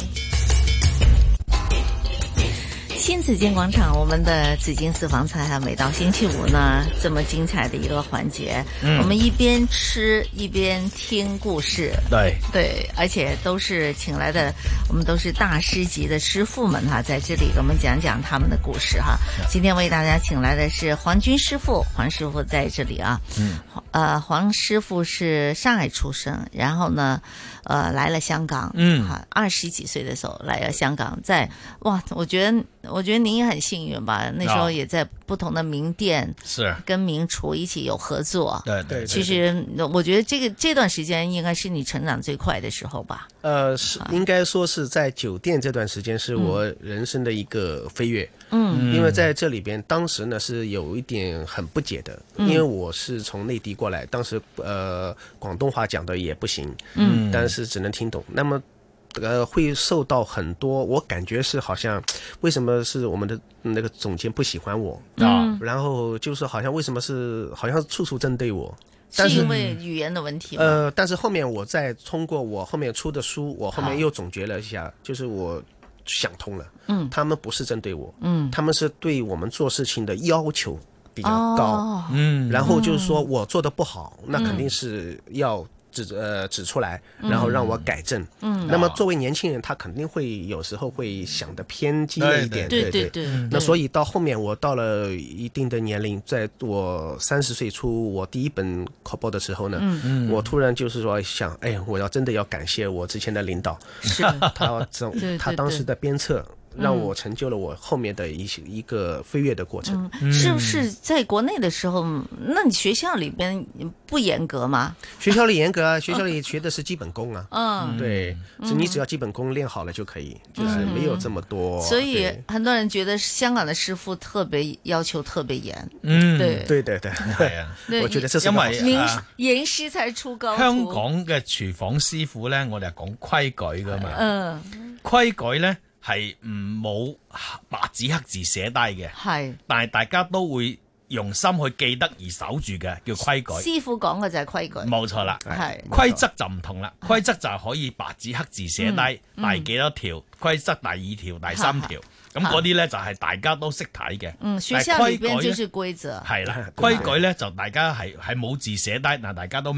新紫荆广场，我们的紫荆私房菜还每到星期五呢，这么精彩的一个环节，我们一边吃一边听故事。对，而且都是请来的，我们都是大师级的师傅们哈，在这里给我们讲讲他们的故事哈。今天为大家请来的是黄军师傅，黄师傅在这里啊。黄师傅是上海出生，然后呢，来了香港，20几岁的时候来了香港，我觉得您也很幸运吧，那时候也在不同的名店
是
跟名厨一起有合作。
对，
其实我觉得这段时间应该是你成长最快的时候吧。
是应该说是在酒店这段时间是我人生的一个飞跃。因为在这里边当时呢是有一点很不解的，因为我是从内地过来，当时广东话讲的也不行，但是只能听懂。那么会受到很多，我感觉是好像为什么是我们的那个总监不喜欢我然后就是好像为什么是好像处处针对我。
是因为语言的问题吗？
但是后面我再通过我后面出的书，我后面又总结了一下，就是我想通了，他们不是针对我，他们是对我们做事情的要求比较高，然后就是说我做的不好，那肯定是要指出来，然后让我改正。那么作为年轻人，他肯定会有时候会想得偏激了一点，对。那所以到后面我到了一定的年龄，在我30岁出我第一本口播的时候呢，我突然就是说想，我真的要感谢我之前的领导，是他当时的鞭策。让我成就了我后面的一个飞跃的过程。
是不是在国内的时候，那你学校里边不严格吗？
学校里严格啊，学校里学的是基本功啊。对，你只要基本功练好了就可以，就是没有这么多。
所以很多人觉得香港的师傅特别要求特别严。
对，
係啊，
我覺得這是
因為
吟詩才出高徒。
香港嘅廚房師傅咧，我哋係講規矩噶嘛。規矩咧。係冇白紙黑字寫低嘅，但係大家都會用心去記得而守住嘅，叫規矩。
師傅講嘅就係規矩，
冇錯啦。規則就唔同啦，規則就係可以白紙黑字寫低，第幾多條，規則第2條、第3條，咁嗰啲咧就係大家都識睇嘅。
學校裏邊就是規則。
係啦，規矩咧就大家係冇字寫低，但大家都明。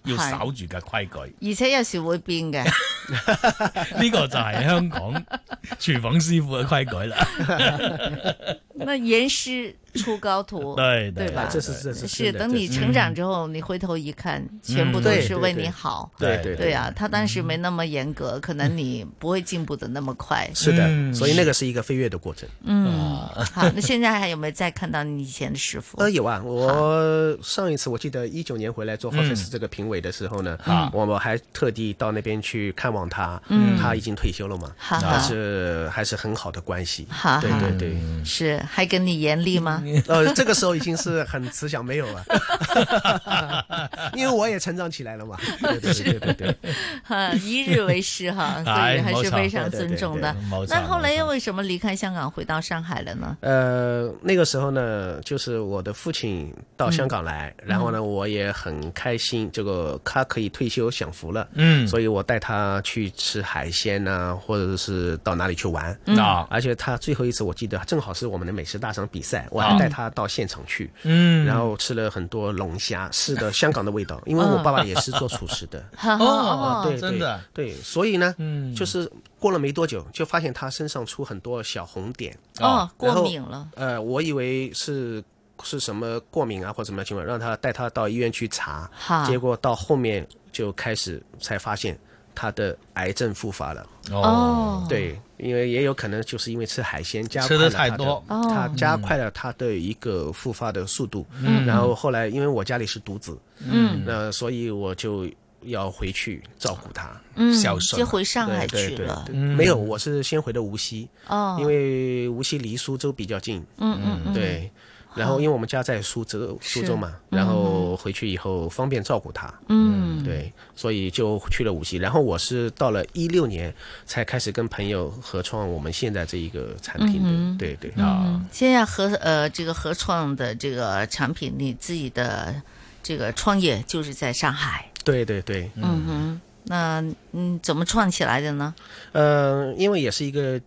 要守住嘅規矩，
而且有時會變嘅。
呢個就係香港廚房師傅嘅規矩啦。
那嚴師出高徒，對吧？是等你成長之後，你回頭一看，全部都是為你好。對啊，他當時沒那麼嚴格，可能你不會進步得那麼快。
是的，所以那個是一個飛躍的過程。
好，那現在還有沒有再看到你以前的師傅？
有啊，我上一次我記得19年回來做 Hotfest 這個評委的時候呢，我還特地到那邊去看望他，他已經退休了嘛，但是還是很好的關係。對對對，
是。還跟你嚴厲嗎？
這個時候已經是很慈祥沒有了，因為我也成長起來了嘛。對，
一日為師哈，所以還是非常尊重的。那後來又為什麼離開香港回到上海了呢？
那個時候呢，就是我的父親到香港來，然後呢，我也很開心，這個他可以退休享福了，所以我帶他去吃海鮮啊，或者是到哪裡去玩。而且他最後一次我記得正好是我們的美食大賞比賽，我還帶他到現場去，然後吃了很多龍蝦，是的香港的味道，因為我爸爸也是做廚師的。對，真的對，所以呢，就是過了沒多久，就發現他身上出很多小紅點，
過敏了。
我以為是什麼過敏啊或者什麼情況，讓他帶他到醫院去查，結果到後面就開始才發現他的癌症復發了。對，因為也有可能就是因為吃海鮮加快了他加快了他的一個復發的速度。然後後來因為我家裡是獨子，那所以我就要回去照顧他。
就回上海去了。
沒有，我是先回的無錫，因為無錫離蘇州比較近。對。然後因為我們家在蘇州嘛，然後回去以後方便照顧他，對，所以就去了無錫。然後我是到了16年才開始跟朋友合創我們現在這一個產品的，對。
現在這個合創的這個產品，你自己的這個創業就是在上海。
對。
那怎麼創起來的呢？
因為也是一個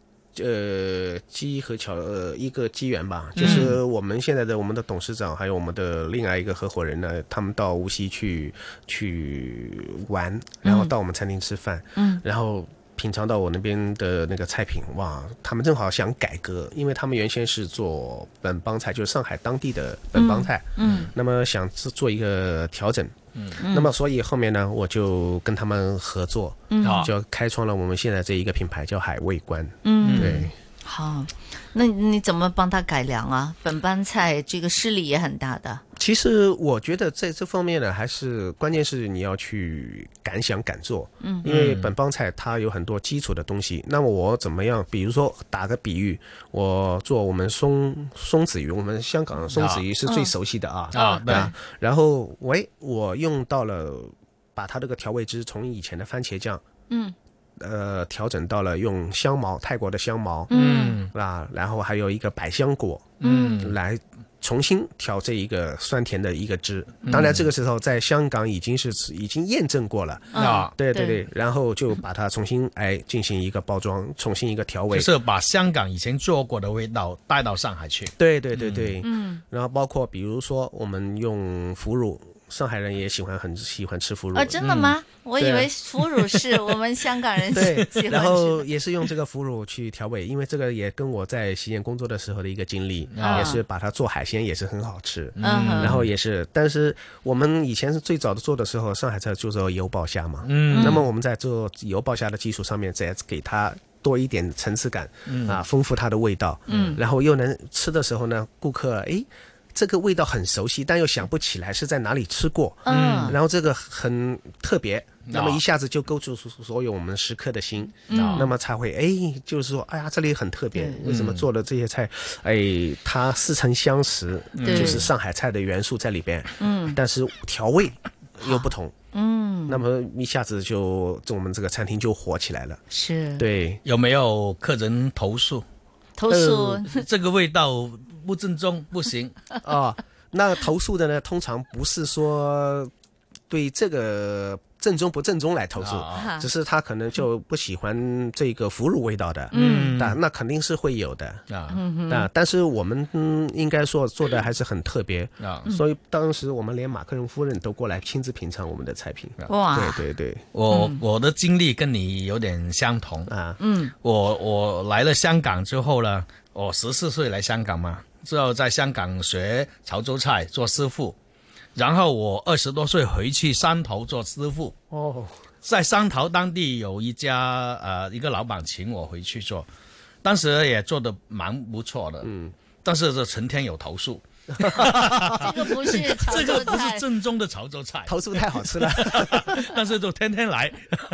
一個機緣吧，就是我們現在的我們的董事長還有我們的另外一個合夥人呢，他們到無錫去玩，然後到我們餐廳吃飯，然後品嘗到我那邊的那個菜品，哇，他們正好想改革，因為他們原先是做本幫菜，就是上海當地的本幫菜，那麼想做一個調整。那麼所以後面呢，我就跟他們合作，就開創了我們現在這一個品牌，叫海味觀。對。
好，那你怎麼幫他改良啊？本幫菜這個勢力也很大的。
其實我覺得在這方面呢，還是關鍵是你要去敢想敢做。因為本幫菜它有很多基礎的東西。那麼我怎麼樣？比如說打個比喻，我做我們松子魚，我們香港的松子魚是最熟悉的對。然後我用到了把它這個調味汁從以前的番茄醬，調整到了用香茅，泰國的香茅，然後還有一個百香果，來重新調這一個酸甜的一個汁。當然這個時候在香港已經驗證過了，對，然後就把它重新進行一個包裝，重新一個調味，
就是把香港以前做過的味道帶到上海去。
對，然後包括比如說我們用腐乳。上海人也很喜歡吃腐乳。
真的嗎？我以為腐乳是我們香港人喜歡吃的。
然後也是用這個腐乳去調味，因為這個也跟我在西園工作的時候的一個經歷，也是把它做海鮮也是很好吃。然後也是，但是我們以前是最早的做的時候，上海菜就做油爆蝦嘛。那麼我們在做油爆蝦的基礎上面，再給它多一點層次感，豐富它的味道。然後又能吃的時候呢，顧客這個味道很熟悉，但又想不起來是在哪裡吃過。然後這個很特別，那麼一下子就勾住所有我們食客的心。那麼才會就是說，哎呀，這裡很特別，為什麼做的這些菜，它似曾相識，就是上海菜的元素在裡邊。但是調味又不同。那麼一下子就我們這個餐廳就火起來了。
是。
對。
有沒有客人投訴？這個味道不正宗，不行。
那投訴的呢，通常不是說對這個正宗不正宗来投诉，只是他可能就不喜欢这个腐乳味道的，那肯定是会有的但是我们应该说做的还是很特别所以当时我们连马克龙夫人都过来亲自品尝我们的菜品。
哇，
对对对，
我的经历跟你有点相同我来了香港之后呢，我14岁来香港嘛，之后在香港学潮州菜做师傅，然后我20多岁回去汕头做师傅在汕头当地有一家一个老板请我回去做，当时也做得蛮不错的但是这成天有投诉
这个不是
这个不是正宗的潮州菜，
投诉太好吃了
但是就天天来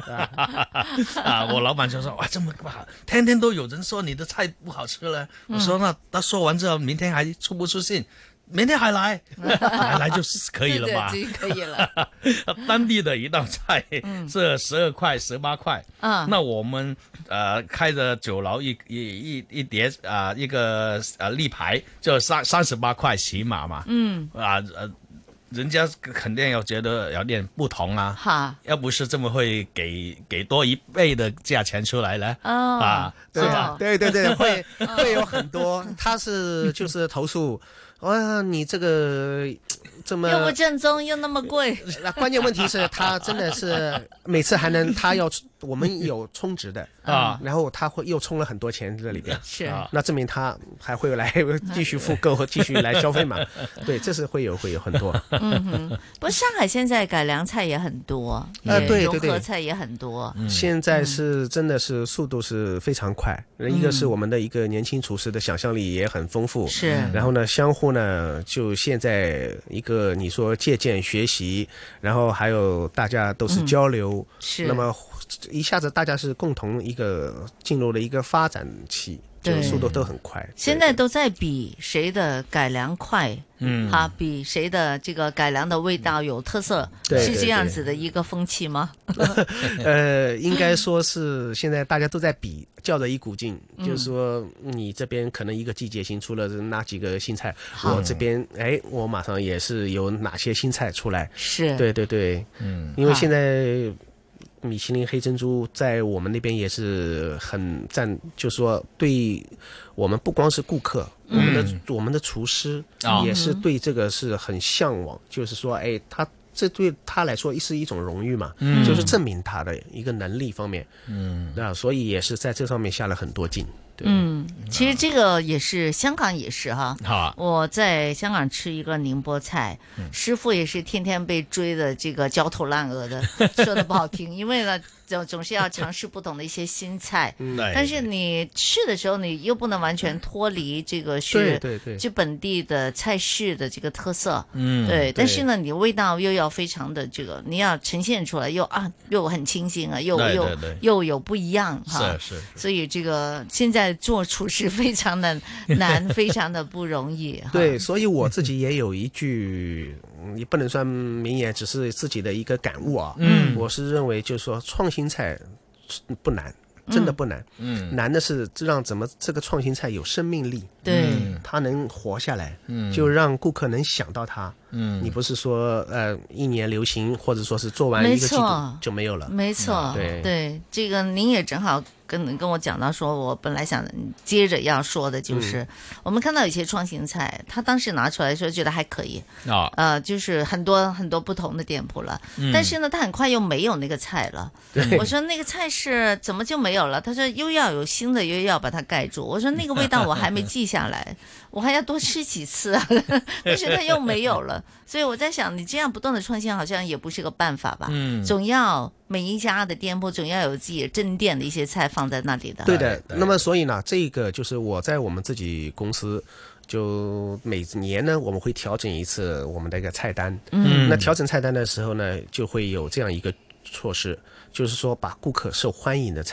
我老板就说哇这么不好，天天都有人说你的菜不好吃了我说那他说完之后明天还出不出信，明天还来来就是可以了吧
对可以了
当地的一道菜是12块18块那我们开着酒楼一碟一个立牌就38块起码嘛人家肯定要觉得有点不同要不是这么会给多1倍的价钱出来呢
对对对会有很多他是就是投诉哇你这个这么
又不正宗又那么贵
那关键问题是他真的是每次还能他要我们有充值的然后他会又充了很多钱在里边
是
那证明他还会来继续复购和继续来消费嘛对这是会有很多
不过上海现在改良菜也很多
对
融合菜也很多
现在是真的是速度是非常快一个是我们的一个年轻厨师的想象力也很丰富
是
然后呢相互呢就现在一个你说借鉴学习然后还有大家都是交流
是
那么一下子大家是共同一个进入了一个发展期就速度都很快
现在都在比谁的改良快比谁的这个改良的味道有特色是这样子的一个风气吗
应该说是现在大家都在比较着一股劲就是说你这边可能一个季节性出了哪几个新菜我这边我马上也是有哪些新菜出来
是
对对对因为现在米其林黑珍珠在我们那边也是很赞就是说对我们不光是顾客我们的厨师也是对这个是很向往就是说他这对他来说是一种荣誉嘛就是证明他的一个能力方面所以也是在这上面下了很多劲
其实这个也是香港也是我在香港吃一个宁波菜师傅也是天天被追的这个焦头烂额的说的不好听因为呢总是要尝试不同的一些新菜但是你吃的时候你又不能完全脱离这个是就本地的菜式的这个特色对但是呢你味道又要非常的这个你要呈现出来又很清新又有不一样
是
所以这个现在做厨师非常的难非常的不容易
对所以我自己也有一句也不能算名言只是自己的一个感悟我是认为就是说创新菜不难真的不难难的是让怎么这个创新菜有生命力
对
它能活下来就让顾客能想到它你不是说一年流行或者说是做完一个季度就没有了
没错对这个您也正好跟我讲到说我本来想接着要说的就是我们看到有些创新菜他当时拿出来说觉得还可以就是很多很多不同的店铺了但是呢他很快又没有那个菜了我说那个菜是怎么就没有了他说又要有新的又要把它盖住我说那个味道我还没记下来我还要多吃几次但是它又没有了所以我在想你这样不断的创新好像也不是个办法吧总要每一家的店铺总要有自己的镇店的一些菜放在那里的
对的那么所以呢这个就是我在我们自己公司就每年呢我们会调整一次我们的一个菜单那调整菜单的时候呢就会有这样一个措施就是说把顾客受欢迎的菜品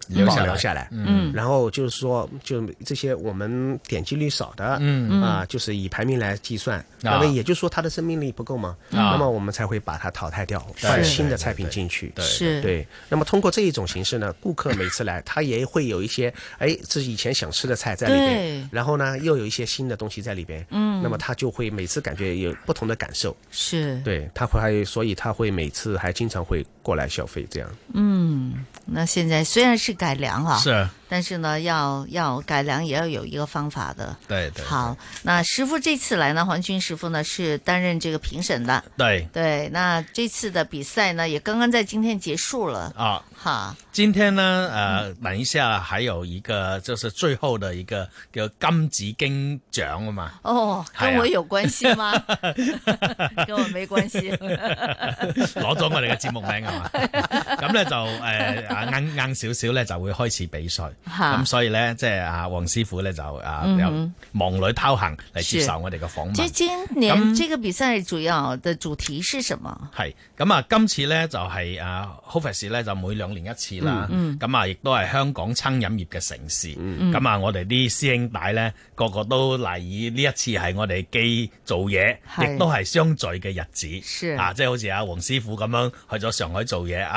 保留下来，然后就是说，就这些我们点击率少的，就是以排名来计算，那么也就是说它的生命力不够嘛，那么我们才会把它淘汰掉，换新的菜品进去，对。那么通过这一种形式呢，顾客每次来，他也会有一些，这是以前想吃的菜在里边，然后呢又有一些新的东西在里边，那么他就会每次感觉有不同的感受，
是，
对，所以他会每次还经常会过来消费这样。
那现在虽然是改良啊，
是，
但是呢，要改良也要有一个方法的。
对。
好，那师傅这次来呢，黄军师傅呢是担任这个评审的。对。那这次的比赛呢，也刚刚在今天结束了啊。好，
今天呢，等一下还有一个就是最後的一個叫金紫荊獎啊嘛。
跟我有關係嗎？跟我沒關係。
攞咗我哋嘅節目名係嘛？咁咧就硬少少咧就會開始比賽。咁所以咧，即係黃師傅咧就有忙裏偷閒嚟接受我哋嘅訪問。
今年這個比賽主要的主題是什麼？
係咁今次咧就係Hofes 咧就每2年一次啦，咁亦都係香港餐飲業嘅盛事，咁我哋啲師兄弟咧個個都嚟以呢一次係我哋既做嘢，亦都係相聚嘅日子，即係好似黃師傅咁樣去咗上海做嘢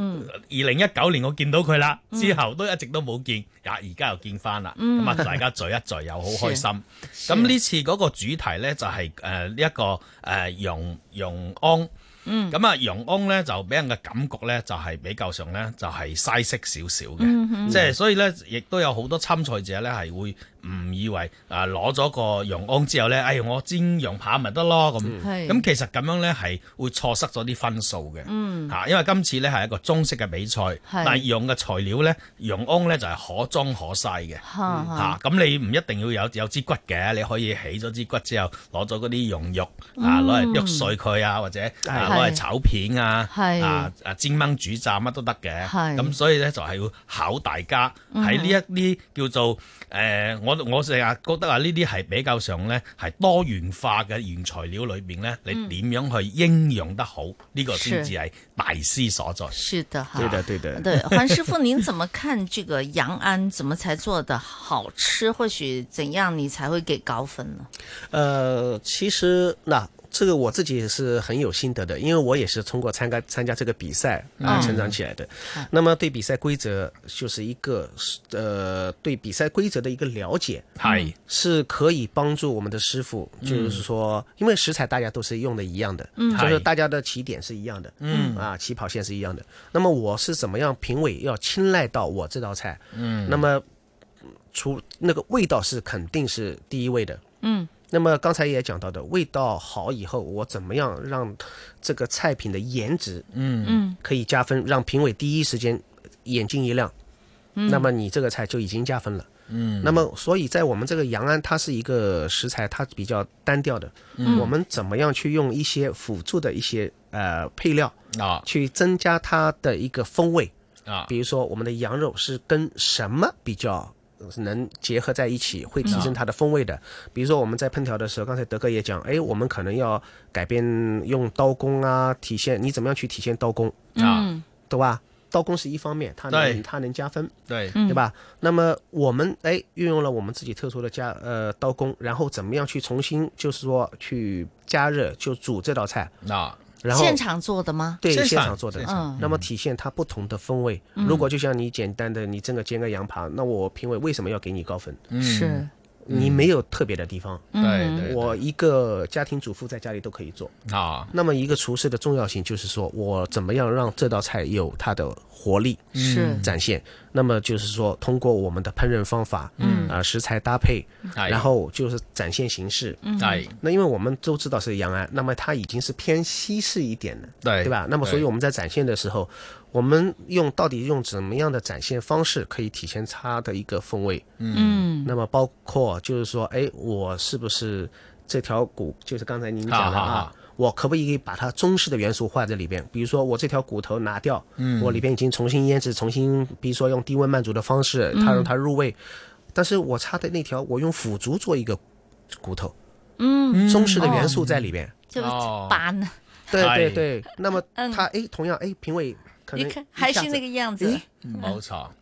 2019年我見到佢啦，之後都一直都冇見，而家又見翻啦，咁大家聚一聚又好開心。咁呢次嗰個主題咧就係呢一個容安。容安咧就俾人嘅感覺咧就係比較上咧就係西式少少嘅，即係所以咧亦都有好多參賽者咧係會唔以為攞咗個容安之後咧，我煎羊扒咪得咯咁，其實咁樣咧係會錯失咗啲分數嘅，因為今次咧係一個中式嘅比賽，但係用嘅材料咧容安咧就係可裝可篩嘅，咁你唔一定要有支骨嘅，你可以起咗支骨之後攞咗嗰啲溶肉攞嚟剁碎佢或者攞嚟炒片煎燜煮炸乜都得嘅，咁所以咧就係要考大家喺呢一啲叫做我成日覺得呢啲係比較上咧係多元化嘅原材料裏邊咧，你點樣去應用得好呢個先至係大師所在。
是的，
對的。
對，黃師傅，您怎麼看這個楊安怎麼才做得好吃？或許怎樣你才會給高分呢？
其實這個我自己是很有心得的，因為我也是通過參加這個比賽成長起來的。那麼對比賽規則就是一個對比賽規則的一個了解，是可以幫助我們的師傅，就是說，因為食材大家都是用的一樣的，就是大家的起點是一樣的，起跑線是一樣的。那麼我是怎麼樣評委要青睞到我這道菜，那麼那個味道是肯定是第一位的，那麼剛才也講到的，味道好以後，我怎麼樣讓這個菜品的顏值，可以加分，讓評委第一時間眼睛一亮，那麼你這個菜就已經加分了。那麼所以在我們這個楊安，它是一個食材，它比較單調的，我們怎麼樣去用一些輔助的一些配料去增加它的一個風味比如說我們的羊肉是跟什麼比較能結合在一起，會提升它的風味的。比如說我們在烹調的時候，剛才德哥也講，我們可能要改變用刀工體現你怎麼樣去體現刀工對吧？刀工是一方面，它能加分，對吧？那麼我們運用了我們自己特殊的刀工，然後怎麼樣去重新就是說去加熱就煮這道菜然後
現場做的嗎？
對，現場做的。那麼體現它不同的風味。如果就像你簡單的你真的煎個羊扒，那我評委為什麼要給你高分？
是
你沒有特別的地方。對，我一個家庭主婦在家裡都可以做。那麼一個廚師的重要性就是說我怎麼樣讓這道菜有它的活力展現。那麼就是說通過我們的烹飪方法食材搭配然後就是展現形式那因為我們都知道是楊安，那麼它已經是偏西式一點的，對吧？那麼所以我們在展現的時候我們到底用怎麼樣的展現方式可以體現它的一個風味那麼包括就是說我是不是這條骨就是剛才您講的我可不可以把它中式的元素畫在裡邊，比如說我這條骨頭拿掉我裡邊已經重新醃製重新比如說用低溫慢煮的方式它讓它入味但是我插的那條我用腐竹做一個骨頭中式的元素在裡邊
就搬
對對那麼它同樣評委可能
還是那個樣子
冇錯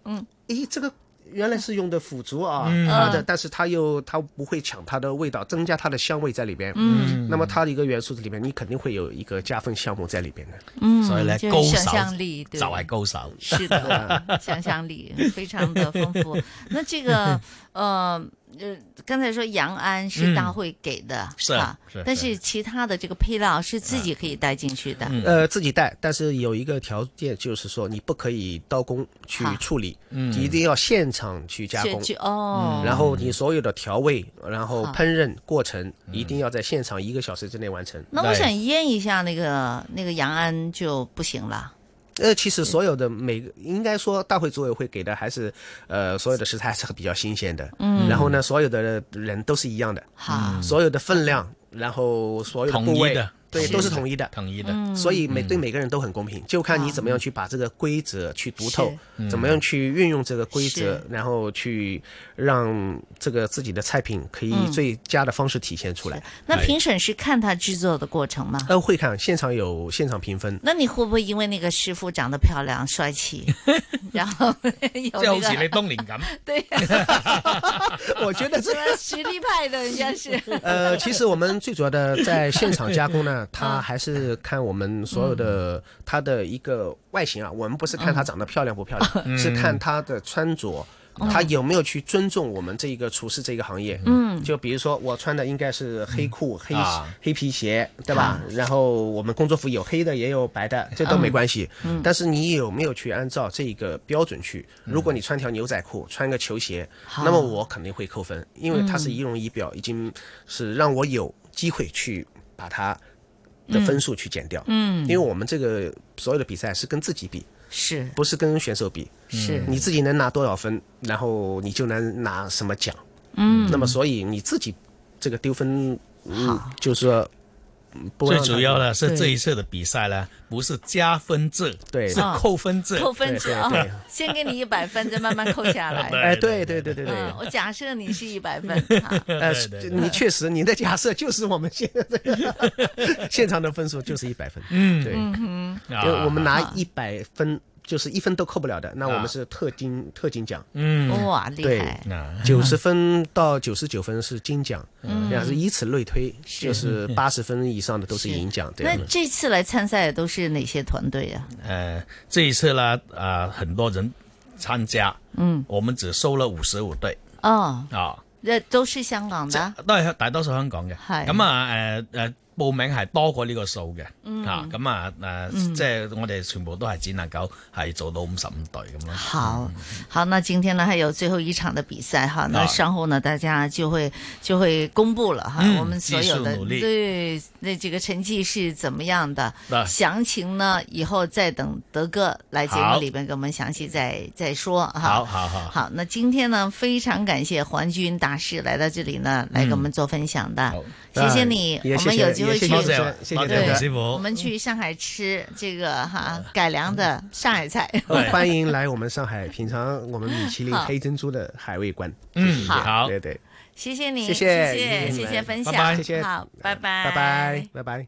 诶，这个原来是用的腐竹啊，但是它不会抢它的味道，增加它的香味在里边。那么它的一个元素在里边，你肯定会有一个加分项目在里边的。
所以咧，高手
想象力
就係高手。
是的，想象力非常的丰富。那这个刚才说洋安是大会给的，
是啊，
但是其他的这个配料是自己可以带进去
的。自己带，但是有一个条件，就是说你不可以刀工去处理，一定要现场去加工。然后你所有的调味，然后烹饪过程一定要在现场1个小时之内完成。
那我想腌一下那个洋安就不行了。
其实所有的应该说大会组委会给的还是所有的食材还是比较新鲜的。然后呢，所有的人都是一样的，所有的分量，然后所有的部位。对，都是统一的，所以对每个人都很公平，就看你怎么样去把这个规则去读透，怎么样去运用这个规则，然后去让这个自己的菜品可以最佳的方式体现出来。
那评审是看他制作的过程吗？
会看，现场有现场评分。
那你会不会因为那个师傅长得漂亮、帅气，然后有
就好似你當年咁？
对，
我觉得这
实力派的人家是。
其实我们最主要的在现场加工呢。他还是看我们所有的他的一个外形啊，我们不是看他长得漂亮不漂亮，是看他的穿着，他有没有去尊重我们这一个厨师这个行业。就比如说我穿的应该是黑裤、黑皮鞋，对吧？然后我们工作服有黑的也有白的，这都没关系。但是你有没有去按照这个标准去？如果你穿条牛仔裤，穿个球鞋，那么我肯定会扣分，因为它是仪容仪表，已经是让我有机会去把它的分数去减掉。因为我们这个所有的比赛是跟自己比，
是
不是跟选手比？
是
你自己能拿多少分，然后你就能拿什么奖。那么所以你自己这个丢分，就是说
最主要的是这一次的比赛呢，不是加分制，
对，
是扣分制。
扣分制啊，先给你100分，再慢慢扣下来。
对。
我假设你是100分，
你确实你的假设就是我们现在这个现场的分数就是100分。对，我们拿100分。就是1分都扣不了的，那我们是特金奖。
哇，厉害
！90分到99分是金奖，是以此类推，就是80分以上的都是银奖。
那这次来参赛的都是哪些团队啊？
这一次呢，很多人参加，我们只收了55隊。
都是香港的，
都係大多數香港嘅。咁報名係多過呢個數嘅，即係我哋全部都係只能夠係做到55隊咁咯。
好，那今天呢還有最後一場的比賽哈，那稍後呢大家就會公布了哈，我們所有的對那這個成績是怎麼樣的，詳情呢以後再等德哥來節目裏邊跟我們詳細再說哈。好，那今天呢非常感謝黃軍大師來到這裡呢，來跟我們做分享的，謝謝你，我們有機會去，
謝謝
師傅，
我們去上海吃這個改良的上海菜，
歡迎來我們上海品嘗我們米其林黑珍珠的海味觀。
好，
對，
謝謝你，
謝
謝分享，
謝謝，
好，拜拜，
拜拜。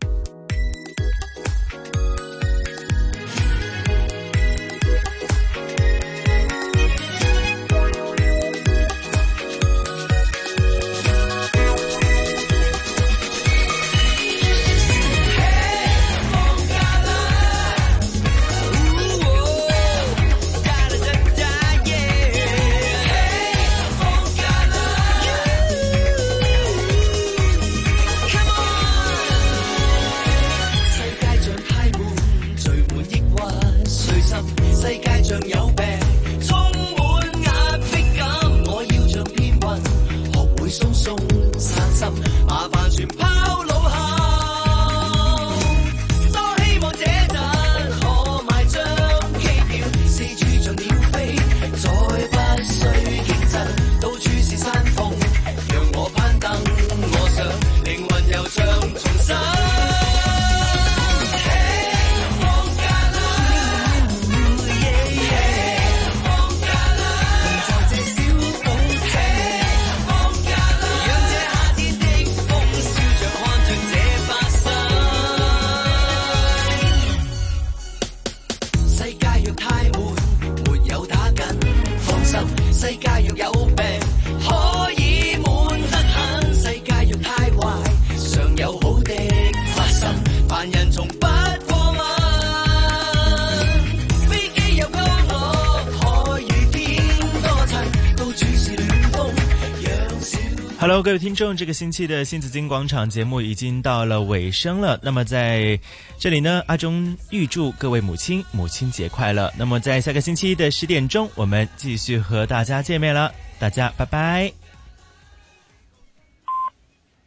Hello， 各位听众，这个星期的新紫金广场节目已经到了尾声了。那么在这里呢，阿忠预祝各位母亲母亲节快乐。那么在下个星期的10点钟，我们继续和大家见面了，大家拜拜。